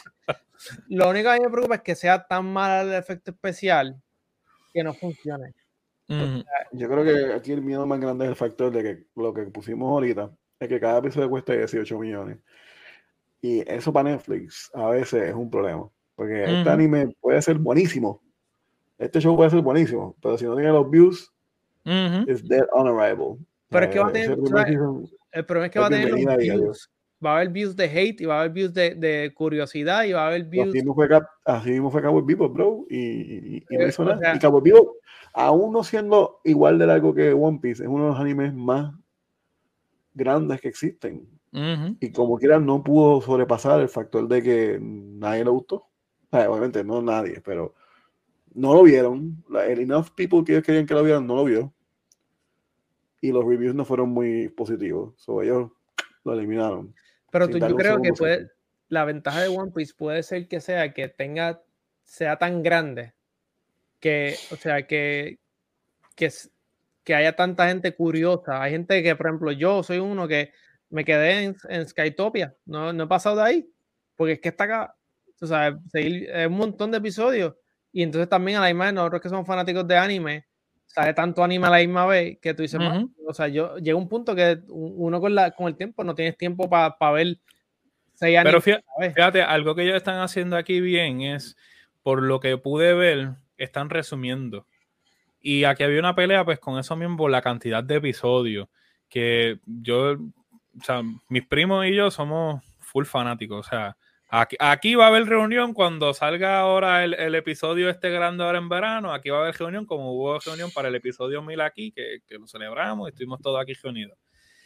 B: Lo único que a mí me preocupa es que sea tan mal el efecto especial que no funcione.
C: Mm.
A: Yo creo que aquí el miedo más grande es el factor de que lo que pusimos ahorita es que cada episodio cuesta dieciocho millones. Y eso para Netflix a veces es un problema. Porque mm. este anime puede ser buenísimo. Este show puede ser buenísimo. Pero si no tiene los views,
C: mm-hmm.
A: it's dead on arrival.
B: Pero es que va a tener, el problema es que va a tener los views. va a haber views de hate y va a haber views de, de curiosidad y va a haber views...
A: Así mismo fue, así mismo fue Cowboy Bebop, bro, y, y, y no hizo
B: eh,
A: nada.
B: O sea,
A: y Cowboy Bebop, aún no siendo igual de largo que One Piece, es uno de los animes más grandes que existen.
C: Uh-huh.
A: Y como quiera no pudo sobrepasar el factor de que nadie le gustó. O sea, obviamente no nadie, pero no lo vieron. El enough people que ellos querían que lo vieran no lo vio. Y los reviews no fueron muy positivos. So, ellos lo eliminaron.
B: Pero tú, yo creo que puede, la ventaja de One Piece puede ser que sea que tenga, sea tan grande que, o sea, que, que, que haya tanta gente curiosa. Hay gente que, por ejemplo, yo soy uno que me quedé en, en Skytopia, no, no he pasado de ahí, porque es que está acá, o sea, seguir un montón de episodios. Y entonces también a la misma vez, nosotros que somos fanáticos de anime, sale tanto anime a la misma vez que tú dices, uh-huh. O sea, yo llega un punto que uno con, la, con el tiempo no tienes tiempo para pa ver seis
C: Pero
B: animes.
C: Fíjate, fíjate, algo que ellos están haciendo aquí bien es, por lo que pude ver, están resumiendo. Y aquí había una pelea, pues con eso mismo, la cantidad de episodios. Que yo, o sea, mis primos y yo somos full fanáticos. O sea, aquí, aquí va a haber reunión cuando salga ahora el, el episodio este grande ahora en verano. Aquí va a haber reunión, como hubo reunión para el episodio mil aquí, que, que lo celebramos y estuvimos todos aquí reunidos.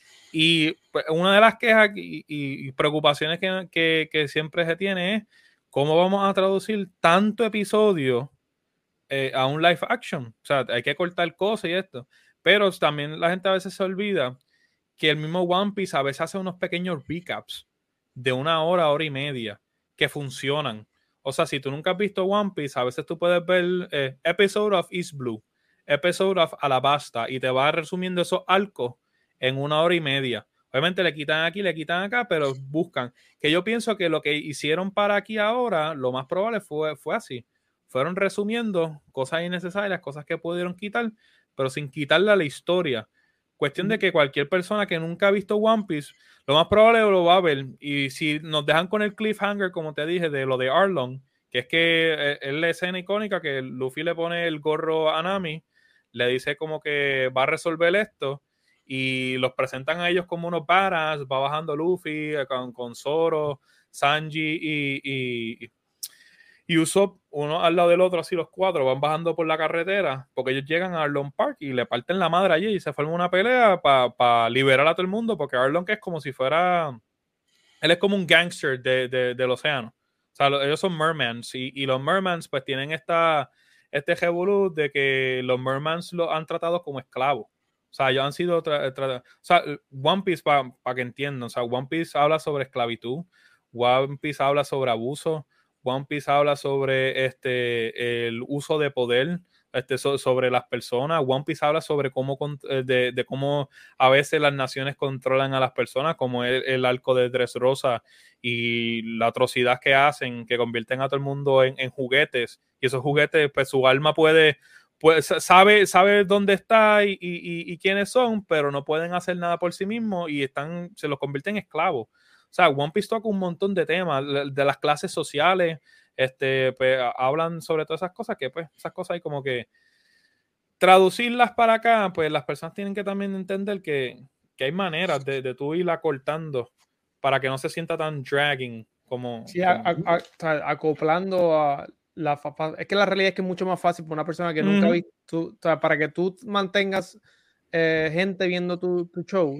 C: Y pues, una de las quejas y, y, y preocupaciones que, que, que siempre se tiene es cómo vamos a traducir tanto episodio eh, a un live action. O sea, hay que cortar cosas y esto. Pero también la gente a veces se olvida que el mismo One Piece a veces hace unos pequeños recaps de una hora, hora y media que funcionan. O sea, si tú nunca has visto One Piece, a veces tú puedes ver eh, Episode of East Blue, Episode of Alabasta, y te va resumiendo esos arcos en una hora y media. Obviamente le quitan aquí, le quitan acá, pero buscan. Que yo pienso que lo que hicieron para aquí ahora, lo más probable fue, fue así. Fueron resumiendo cosas innecesarias, cosas que pudieron quitar, pero sin quitarle a la historia. Cuestión de que cualquier persona que nunca ha visto One Piece, lo más probable lo va a ver. Y si nos dejan con el cliffhanger, como te dije, de lo de Arlong, que es que es la escena icónica que Luffy le pone el gorro a Nami, le dice como que va a resolver esto, y los presentan a ellos como unos badass, va bajando Luffy con, con Zoro, Sanji y, y, y Usopp, uno al lado del otro, así los cuatro, van bajando por la carretera, porque ellos llegan a Arlong Park y le parten la madre allí y se forma una pelea para pa liberar a todo el mundo, porque Arlong es como si fuera, él es como un gangster de, de, del océano. O sea, ellos son mermans y, y los mermans pues tienen esta, este revolú de que los mermans los han tratado como esclavos. O sea, ellos han sido... Tra tra o sea, One Piece, para pa que entiendan, o sea, One Piece habla sobre esclavitud, One Piece habla sobre abuso, One Piece habla sobre este, el uso de poder este, so, sobre las personas. One Piece habla sobre cómo, de, de cómo a veces las naciones controlan a las personas, como el, el arco de Dressrosa y la atrocidad que hacen, que convierten a todo el mundo en, en juguetes. Y esos juguetes, pues su alma puede... Pues sabe, sabe dónde está y, y, y quiénes son, pero no pueden hacer nada por sí mismos y están, se los convierten en esclavos. O sea, One Piece toca un montón de temas, de las clases sociales, este, pues hablan sobre todas esas cosas, que pues esas cosas hay como que traducirlas para acá, pues las personas tienen que también entender que, que hay maneras de, de tú irla cortando para que no se sienta tan dragging como...
B: Sí,
C: como...
B: A, a, a, acoplando a... La, es que la realidad es que es mucho más fácil para una persona que nunca uh-huh. ha visto, o sea, para que tú mantengas eh, gente viendo tu, tu show,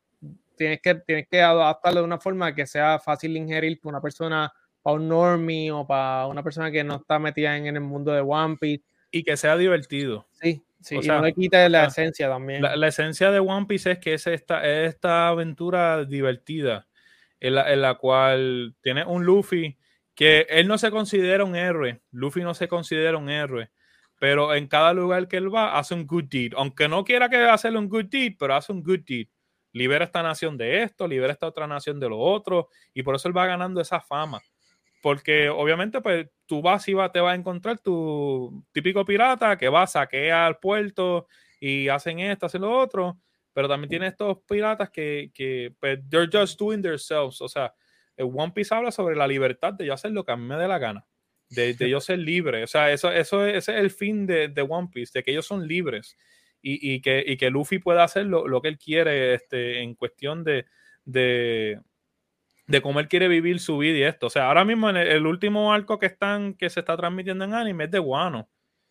B: tienes que, tienes que adaptarlo de una forma que sea fácil de ingerir para una persona, para un normie o para una persona que no está metida en, en el mundo de One Piece.
C: Y que sea divertido.
B: Sí, sí,
C: o
B: y
C: sea,
B: no le quite la
C: o sea,
B: esencia también.
C: La, la esencia de One Piece es que es esta, esta aventura divertida en la, en la cual tiene un Luffy que él no se considera un héroe, Luffy no se considera un héroe, pero en cada lugar que él va hace un good deed, aunque no quiera que hacerle un good deed, pero hace un good deed, libera esta nación de esto, libera esta otra nación de lo otro, y por eso él va ganando esa fama, porque obviamente pues tú vas y va, te vas a encontrar tu típico pirata que va, saquea al puerto y hacen esto, hacen lo otro, pero también tiene estos piratas que, que pues, they're just doing themselves. O sea, One Piece habla sobre la libertad de yo hacer lo que a mí me dé la gana, de, de yo ser libre. O sea, eso, eso es, ese es el fin de, de One Piece, de que ellos son libres y, y, que, y que Luffy pueda hacer lo, lo que él quiere este, en cuestión de, de, de cómo él quiere vivir su vida y esto. O sea, ahora mismo en el, el último arco que están que se está transmitiendo en anime es de Wano.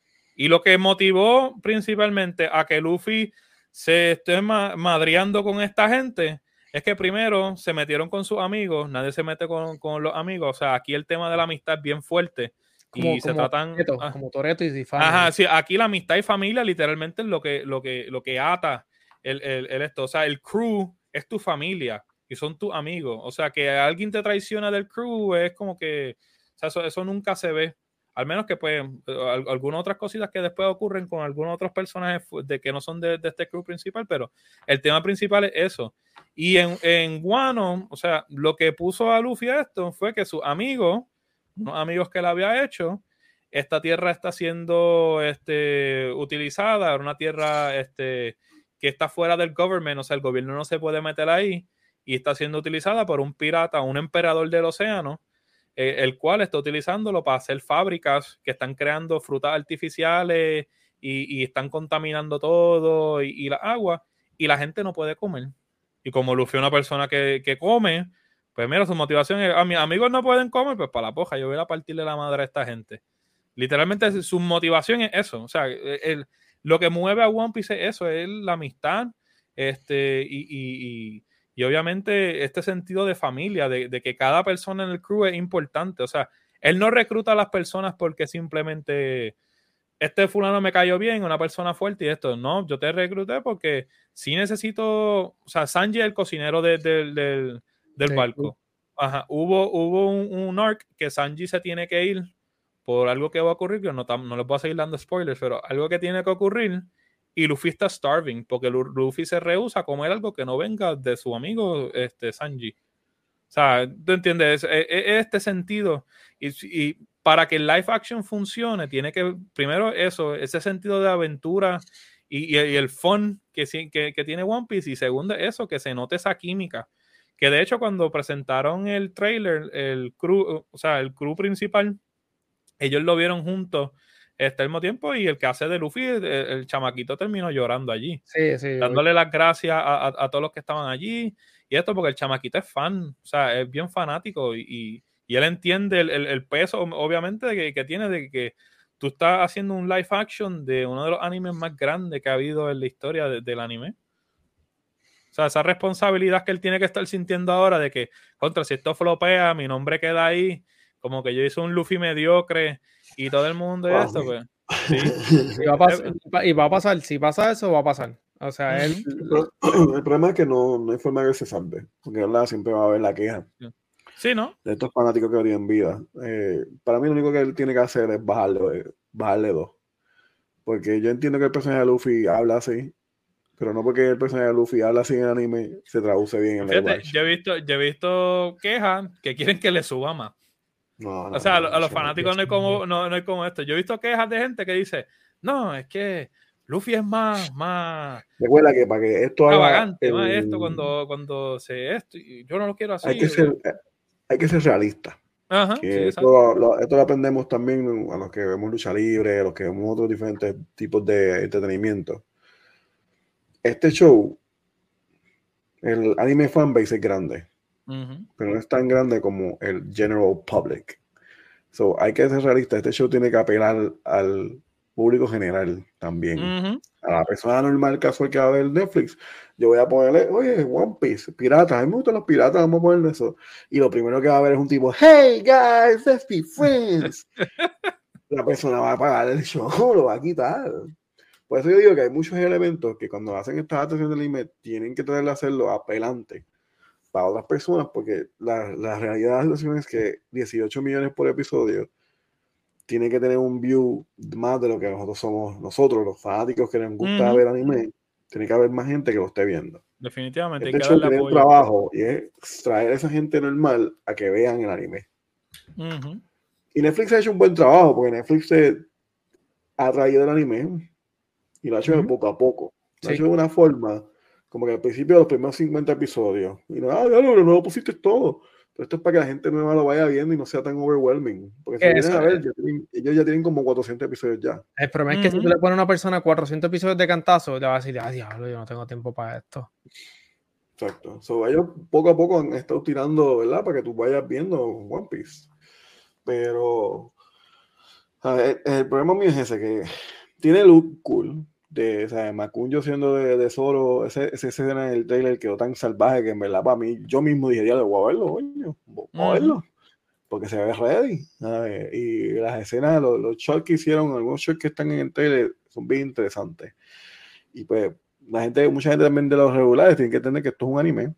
C: Y lo que motivó principalmente a que Luffy se esté ma madreando con esta gente es que primero se metieron con sus amigos, nadie se mete con, con los amigos. O sea, aquí el tema de la amistad es bien fuerte.
B: Como,
C: y
B: como
C: se tratan...
B: Toretto,
C: ah,
B: como Toretto y Zifano.
C: Ajá, sí, aquí la amistad y familia literalmente es lo que, lo que, lo que ata el, el, el esto. O sea, el crew es tu familia y son tus amigos. O sea, que alguien te traiciona del crew es como que... O sea, eso, eso nunca se ve. Al menos que pues algunas otras cositas que después ocurren con algunos otros personajes de que no son de, de este crew principal, pero el tema principal es eso. Y en, en Wano, o sea, lo que puso a Luffy a esto fue que sus amigos, unos amigos que él había hecho, esta tierra está siendo este, utilizada, una tierra este, que está fuera del government, o sea, el gobierno no se puede meter ahí, y está siendo utilizada por un pirata, un emperador del océano, el cual está utilizándolo para hacer fábricas que están creando frutas artificiales y, y están contaminando todo y, y la agua, y la gente no puede comer. Y como Luffy es una persona que, que come, pues mira, su motivación es, a mis amigos no pueden comer, pues para la poja, yo voy a partirle la madre a esta gente. Literalmente su motivación es eso. O sea, el, lo que mueve a One Piece es eso, es la amistad este, y, y, y Y obviamente este sentido de familia, de, de que cada persona en el crew es importante. O sea, él no recluta a las personas porque simplemente este fulano me cayó bien, una persona fuerte y esto. No, yo te recluté porque sí necesito... O sea, Sanji es el cocinero de, de, de, del sí. barco. Ajá. Hubo, hubo un, un arc que Sanji se tiene que ir por algo que va a ocurrir, que no, no les voy a seguir dando spoilers, pero algo que tiene que ocurrir... Y Luffy está starving porque Luffy se rehúsa a comer algo que no venga de su amigo este, Sanji. O sea, ¿tú entiendes? Es, es, es este sentido. Y, y para que el live action funcione, tiene que, primero eso, ese sentido de aventura y, y, y el fun que, que, que tiene One Piece. Y segundo, eso, que se note esa química. Que de hecho, cuando presentaron el trailer, el crew, o sea, el crew principal, ellos lo vieron juntos este, al mismo tiempo, y el que hace de Luffy, el, el chamaquito terminó llorando allí,
B: sí, sí,
C: dándole las gracias a, a, a todos los que estaban allí, y esto porque el chamaquito es fan, o sea, es bien fanático, y, y, y él entiende el, el, el peso, obviamente, de que, que tiene de que tú estás haciendo un live action de uno de los animes más grandes que ha habido en la historia de, del anime. O sea, esa responsabilidad que él tiene que estar sintiendo ahora de que, contra, si esto flopea, mi nombre queda ahí, como que yo hice un Luffy mediocre y todo el mundo y wow. esto, pues. Sí.
B: Y, va a pasar, y va a pasar, si pasa eso, va a pasar. O sea, uh-huh. él...
A: el, el problema es que no, no hay forma de que se salve, porque ¿verdad? Siempre va a haber la queja.
C: Sí, ¿no?
A: De estos fanáticos que no tienen vida. Eh, para mí lo único que él tiene que hacer es bajarle, bajarle dos. Porque yo entiendo que el personaje de Luffy habla así, pero no porque el personaje de Luffy habla así en el anime, se traduce bien en
C: Fíjate, el yo he visto, yo he visto quejas que quieren que le suba más.
A: No, no,
C: o sea,
A: no,
C: a, a los
A: no,
C: fanáticos no, no, como, no, no hay como esto. Yo he visto quejas de gente que dice, no, es que Luffy es más, más
A: recuerda que para que esto
C: extravagante,
A: haga,
C: más
A: el...
C: esto cuando, cuando se esto, y yo no lo quiero así.
A: Hay que ser, hay que ser realista.
C: Ajá,
A: que
C: sí,
A: esto, lo, esto lo aprendemos también a los que vemos lucha libre, a los que vemos otros diferentes tipos de entretenimiento. Este show, el anime fanbase es grande, uh-huh. pero no es tan grande como el general public. So, hay que ser realista. Este show tiene que apelar al público general también. Uh-huh. A la persona normal casual que va a ver Netflix, yo voy a ponerle, oye, One Piece, piratas, a mí me gustan los piratas, vamos a ponerle eso. Y lo primero que va a ver es un tipo, hey guys, let's be friends. La persona va a pagar el show, lo va a quitar. Por eso yo digo que hay muchos elementos que cuando hacen estas adaptaciones del anime tienen que tratar de hacerlo apelante para otras personas, porque la, la realidad de la situación es que dieciocho millones por episodio tiene que tener un view más de lo que nosotros somos, nosotros, los fanáticos que les gusta uh-huh. ver anime. Tiene que haber más gente que lo esté viendo.
C: Definitivamente.
A: Este show tiene un trabajo y es traer a esa gente normal a que vean el anime.
C: Uh-huh.
A: Y Netflix ha hecho un buen trabajo, porque Netflix se ha traído el anime y lo ha hecho uh-huh. de poco a poco. Lo sí. ha hecho de una forma, como que al principio de los primeros cincuenta episodios. Y no, ah, no, no, no lo pusiste todo. Pero esto es para que la gente nueva lo vaya viendo y no sea tan overwhelming. Porque si vienen a ver, ya tienen, ellos ya tienen como cuatrocientos episodios ya.
B: El problema uh-huh. es que si tú le pones a una persona cuatrocientos episodios de cantazo, te va a decir, ah, diablo, yo no tengo tiempo para esto.
A: Exacto. So, ellos poco a poco han estado tirando, ¿verdad? Para que tú vayas viendo One Piece. Pero a ver, el problema mío es ese, que tiene look cool. De, o sea, Makunjo siendo de, de Zoro, ese, esa escena en el trailer quedó tan salvaje que en verdad para mí, yo mismo dije, ya, voy a verlo, coño, voy a verlo. Uh-huh. Porque se ve ready. ¿Sabes? Y las escenas, los, los shots que hicieron, algunos shots que están en el trailer son bien interesantes. Y pues, la gente, mucha gente también de los regulares tiene que entender que esto es un anime.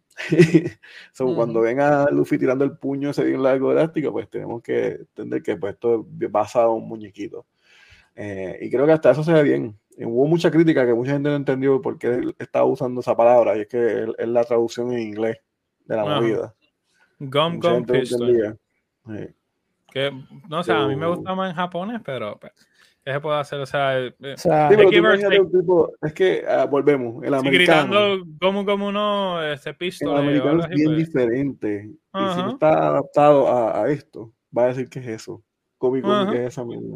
A: So, uh-huh. Cuando ven a Luffy tirando el puño ese bien largo elástico, pues tenemos que entender que pues, esto es basado en un muñequito. Eh, y creo que hasta eso se ve bien. Y hubo mucha crítica que mucha gente no entendió por qué él estaba usando esa palabra, y es que es, es la traducción en inglés de la uh-huh. movida.
C: Gum Gum Pistol. Sí. Que, no sé, sea, a mí me gusta más en japonés, pero pues, ¿qué se puede hacer? O sea,
B: o sea
A: sí, pero tú imagínate un tipo, es que uh, volvemos, el
C: si
A: americano.
C: Gritando como como no, ese pistola.
A: El americano es bien pues. diferente. Uh-huh. Y si no está adaptado a, a esto, va a decir que es eso. Comic Con, uh-huh. que es esa mierda.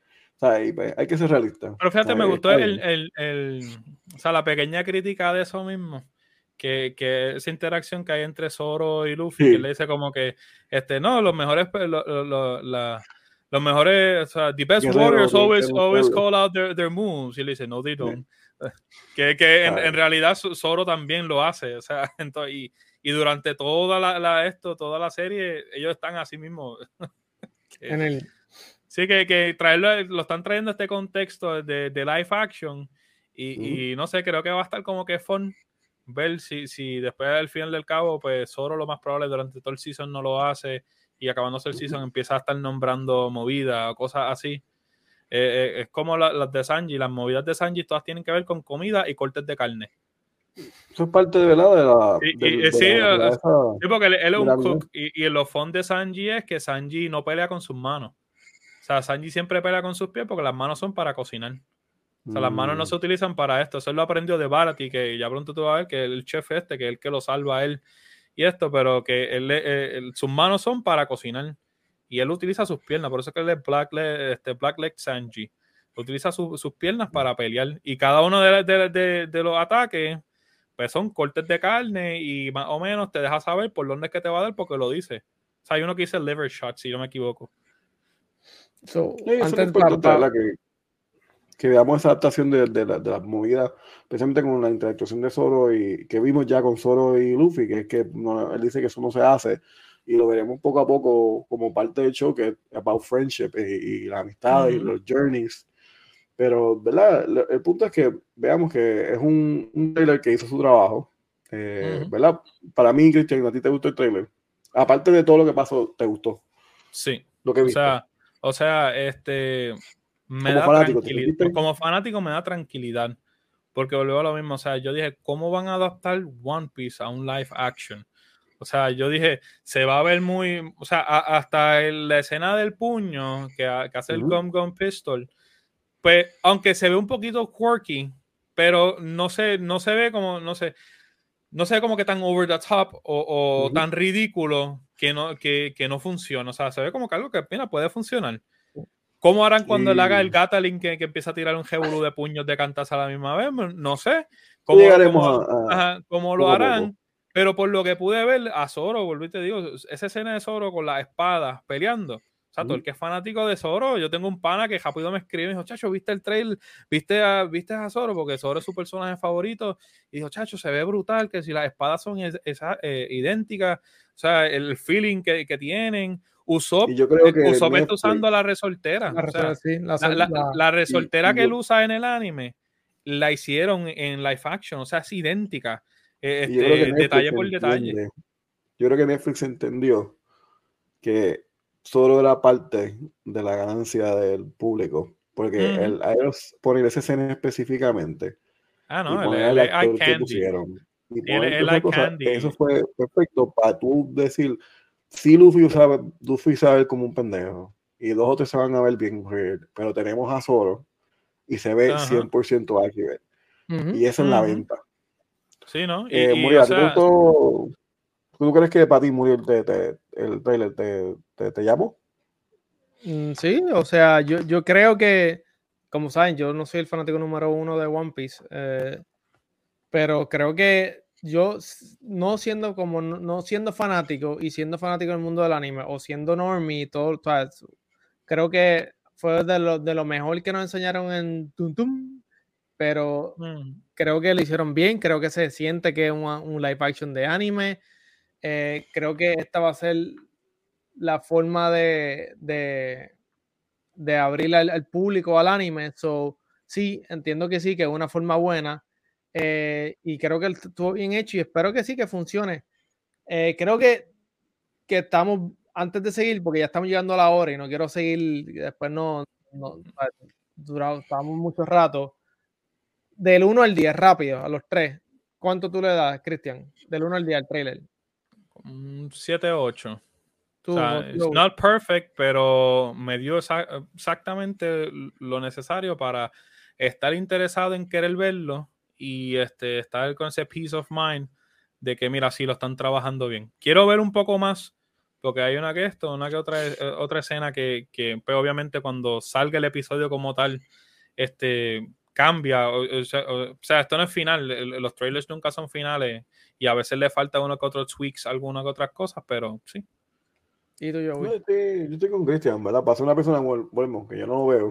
A: O sea, hay, hay que ser realista.
C: Pero fíjate,
A: o sea,
C: me gustó el, el, el, o sea, la pequeña crítica de eso mismo. Que, que esa interacción que hay entre Zoro y Luffy, sí. que le dice como que, este, no, los mejores, lo, lo, lo, la, los mejores, o sea, the best Guerrero, warriors always, always call out their, their moves. Y le dice, no, they don't. Sí. Que, que en, en realidad Zoro también lo hace, o sea, entonces, y, y durante toda la, la, esto, toda la serie, ellos están así mismo. que,
B: en el...
C: Sí, que, que traerlo, lo están trayendo a este contexto de, de live action y, uh-huh. y no sé, creo que va a estar como que fun ver si, si después al final del cabo, pues Zoro lo más probable durante todo el season no lo hace y acabándose el uh-huh. season empieza a estar nombrando movidas o cosas así. Eh, eh, es como la, las de Sanji, las movidas de Sanji todas tienen que ver con comida y cortes de carne.
A: Eso es parte de, ¿verdad? de la...
C: Y,
A: de,
C: y,
A: de
C: sí,
A: la, de
C: esa, sí, porque él, él es un cook y, y el lofón de Sanji es que Sanji no pelea con sus manos. O sea, Sanji siempre pelea con sus pies porque las manos son para cocinar. O sea, mm. las manos no se utilizan para esto. Eso él lo aprendió de Barati, que ya pronto tú vas a ver que el chef este, que es el que lo salva a él y esto, pero que él, él, sus manos son para cocinar. Y él utiliza sus piernas, por eso es que él es Black, este, Black Leg Sanji. Utiliza su, sus piernas para pelear. Y cada uno de, de, de, de los ataques, pues son cortes de carne y más o menos te deja saber por dónde es que te va a dar porque lo dice. O sea, hay uno que dice liver shot, si no me equivoco.
B: So,
A: sí, antes es importante, ¿verdad? Que, que veamos esa adaptación de, de, la, de las movidas, especialmente con la interactuación de Zoro y que vimos ya con Zoro y Luffy, que es que no, él dice que eso no se hace y lo veremos poco a poco como parte del show, que es about friendship y, y la amistad mm-hmm. y los journeys. Pero, ¿verdad? El punto es que veamos que es un, un trailer que hizo su trabajo, eh, mm-hmm. ¿verdad? Para mí, Cristian, ¿a ti te gustó el trailer? Aparte de todo lo que pasó, ¿te gustó?
C: Sí.
A: Lo que viste.
C: O sea, O sea, este me
A: como
C: da
A: fanático,
C: tranquilidad. Como fanático me da tranquilidad. Porque volvió a lo mismo. O sea, yo dije, ¿cómo van a adaptar One Piece a un live action? O sea, yo dije, se va a ver muy... O sea, a, hasta el, la escena del puño que, que hace uh-huh. el Gum Gum Pistol, pues, aunque se ve un poquito quirky, pero no se, no se ve como, no sé, no se ve como que tan over the top o, o uh-huh. tan ridículo que no, que, que no funciona. O sea, se ve como que algo que mira, puede funcionar. ¿Cómo harán cuando y... él haga el Gatling que, que empieza a tirar un jebulú de puños de cantas a la misma vez? No sé. ¿Cómo,
A: llegaremos
C: cómo,
A: a, a,
C: ajá, cómo lo harán? Pero por lo que pude ver, a Zoro, volví y te digo, esa escena de Zoro con las espadas peleando. O sea, todo el que es fanático de Zoro, yo tengo un pana que rápido me escribe y dijo, chacho, ¿viste el trailer? ¿Viste a, ¿Viste a Zoro? Porque Zoro es su personaje favorito. Y dijo, chacho, se ve brutal, que si las espadas son es, esa, eh, idénticas, o sea, el feeling que, que tienen. Usopp, Usopp está usando la resoltera.
B: La,
C: o sea,
B: sí, la,
C: la, la,
B: la,
C: la resoltera
A: y,
C: que
A: y
C: él usa en el anime, la hicieron en live action, o sea, es idéntica. Este,
A: yo creo que
C: detalle por
A: entiende,
C: detalle.
A: Yo creo que Netflix entendió que Zoro era parte de la ganancia del público, porque uh-huh. el, a ellos poner esa escena específicamente
C: ah, no,
A: y poner
C: el, el,
A: el actor
C: el
A: que pusieron y poner
C: el, el
A: esa cosa, eso fue perfecto para tú decir, sí, Luffy sabe, Luffy sabe como un pendejo y dos o tres se van a ver bien weird, pero tenemos a Zoro y se ve uh-huh. cien por ciento accurate uh-huh. y esa es uh-huh. la venta.
C: Sí, ¿no? Y,
A: eh,
C: y,
A: Muriel,
C: o sea,
A: ¿tú, ¿tú crees que para ti Muriel te, te, el trailer te, te, te llamó?
B: Mm, sí, o sea, yo, yo creo que, como saben, yo no soy el fanático número uno de One Piece, eh, pero creo que yo no siendo como no, no siendo fanático y siendo fanático del mundo del anime o siendo normie y todo, o sea, creo que fue de lo, de lo mejor que nos enseñaron en Tum Tum, pero mm. creo que lo hicieron bien, creo que se siente que es un, un live action de anime, eh, creo que esta va a ser la forma de, de, de abrir al, al público al anime, so sí, entiendo que sí, que es una forma buena, eh, y creo que estuvo bien hecho y espero que sí, que funcione. Eh, creo que, que estamos, antes de seguir, porque ya estamos llegando a la hora y no quiero seguir, después no, no durado, estamos mucho rato. Del uno al diez, rápido, a los tres, ¿cuánto tú le das, Cristian? Del uno al diez al trailer.
C: Un siete ocho. O sea, it's not perfect, pero me dio exa- exactamente lo necesario para estar interesado en querer verlo y este, estar con ese peace of mind de que, mira, sí lo están trabajando bien. Quiero ver un poco más, porque hay una que esto, una que otra, otra escena que, que pues, obviamente cuando salga el episodio como tal, este, cambia. O, o, sea, o sea, esto no es final, los trailers nunca son finales y a veces le falta uno que otro tweaks, algunas que otras cosas, pero sí.
B: ¿Y tú, yo,
A: no, yo, estoy, yo estoy con Cristian, ¿verdad? Para ser una persona bueno, que yo no lo veo.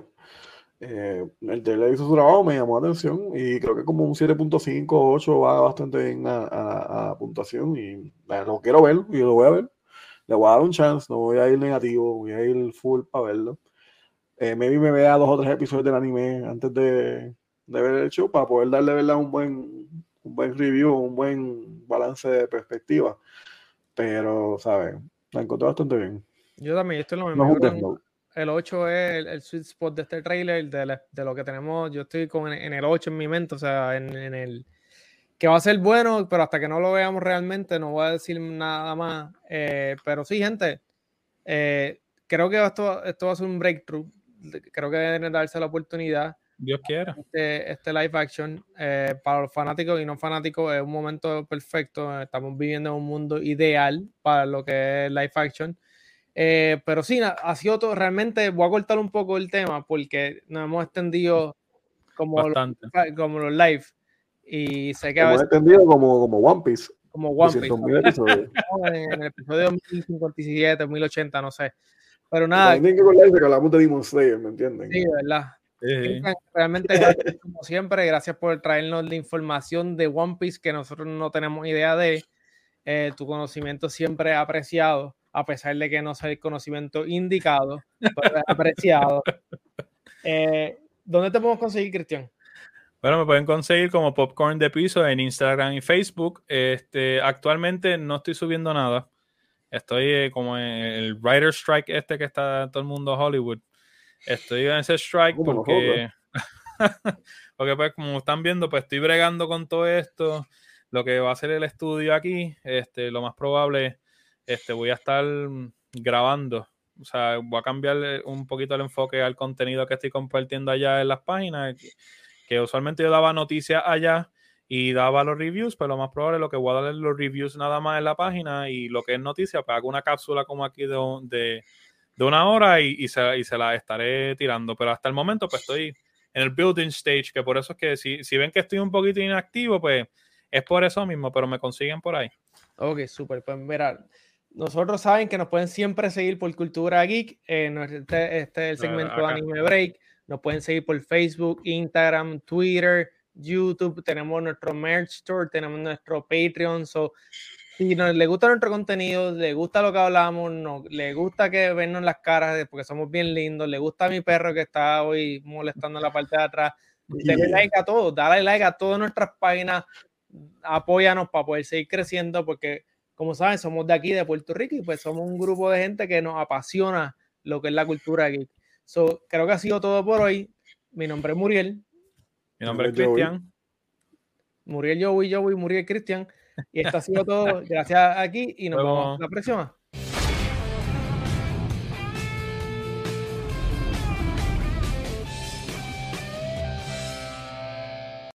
A: Eh, el trailer hizo su trabajo, me llamó la atención y creo que como un siete punto cinco, ocho va bastante bien a, a, a puntuación y eh, lo quiero ver y lo voy a ver. Le voy a dar un chance, no voy a ir negativo, voy a ir full para verlo. Eh, maybe me vea dos o tres episodios del anime antes de, de ver el show para poder darle ¿verdad? un buen un buen review, un buen balance de perspectiva. Pero, ¿sabes? La encontré bastante bien.
B: Yo también, esto es lo mismo. No el ocho es el, el sweet spot de este trailer, de, la, de lo que tenemos. Yo estoy con, en el ocho en mi mente, o sea, en, en el que va a ser bueno, pero hasta que no lo veamos realmente no voy a decir nada más. Eh, pero sí, gente, eh, creo que esto, esto va a ser un breakthrough. Creo que deben darse la oportunidad.
C: Dios quiera.
B: Este, este live action, eh, para los fanáticos y no fanáticos, es un momento perfecto. Estamos viviendo en un mundo ideal para lo que es live action. Eh, pero sí, ha sido todo. Realmente voy a cortar un poco el tema porque nos hemos extendido como, los, como los live. Y sé que
A: hemos
B: a veces,
A: extendido como, como One Piece.
B: Como One Piece. Episodios. En el episodio mil cincuenta y siete, mil ochenta, no sé. Pero nada.
A: También tienen que acordarse que hablamos de Demon Slayer, ¿me entienden?
B: Sí, verdad. Sí. Realmente, como siempre, gracias por traernos la información de One Piece que nosotros no tenemos idea de. Eh, tu conocimiento siempre es apreciado, a pesar de que no sea el conocimiento indicado, pero es apreciado. Eh, ¿Dónde te podemos conseguir, Cristian?
C: Bueno, me pueden conseguir como Popcorn de Piso en Instagram y Facebook. Este, actualmente no estoy subiendo nada. Estoy eh, como en el writer strike este que está todo el mundo Hollywood. Estoy en ese strike porque, porque pues como están viendo, pues estoy bregando con todo esto. Lo que va a ser el estudio aquí, este, lo más probable, este, voy a estar grabando. O sea, voy a cambiar un poquito el enfoque al contenido que estoy compartiendo allá en las páginas. Que, que usualmente yo daba noticias allá y daba los reviews, pero lo más probable es lo que voy a darle los reviews nada más en la página y lo que es noticia, pues hago una cápsula como aquí de, de, de una hora y, y, se, y se la estaré tirando. Pero hasta el momento pues estoy en el building stage, que por eso es que si, si ven que estoy un poquito inactivo, pues es por eso mismo, pero me consiguen por ahí.
B: Ok, súper. Pues mira, nosotros saben que nos pueden siempre seguir por Cultura Geek, eh, este, este es el segmento Acá. de Anime Break. Nos pueden seguir por Facebook, Instagram, Twitter, YouTube. Tenemos nuestro merch store, tenemos nuestro Patreon. So, si nos, les gusta nuestro contenido, les gusta lo que hablamos, no, les gusta que vernos las caras porque somos bien lindos, les gusta a mi perro que está hoy molestando en la parte de atrás, yeah. Denle like a todos, dale like a todas nuestras páginas, apóyanos para poder seguir creciendo porque, como saben, somos de aquí, de Puerto Rico y pues somos un grupo de gente que nos apasiona lo que es la cultura aquí. So, creo que ha sido todo por hoy. Mi nombre es Muriel.
C: Mi nombre es Cristian.
B: Muriel Joey, Joey, Muriel Cristian. Y esto ha sido todo. Gracias aquí y nos vemos la próxima.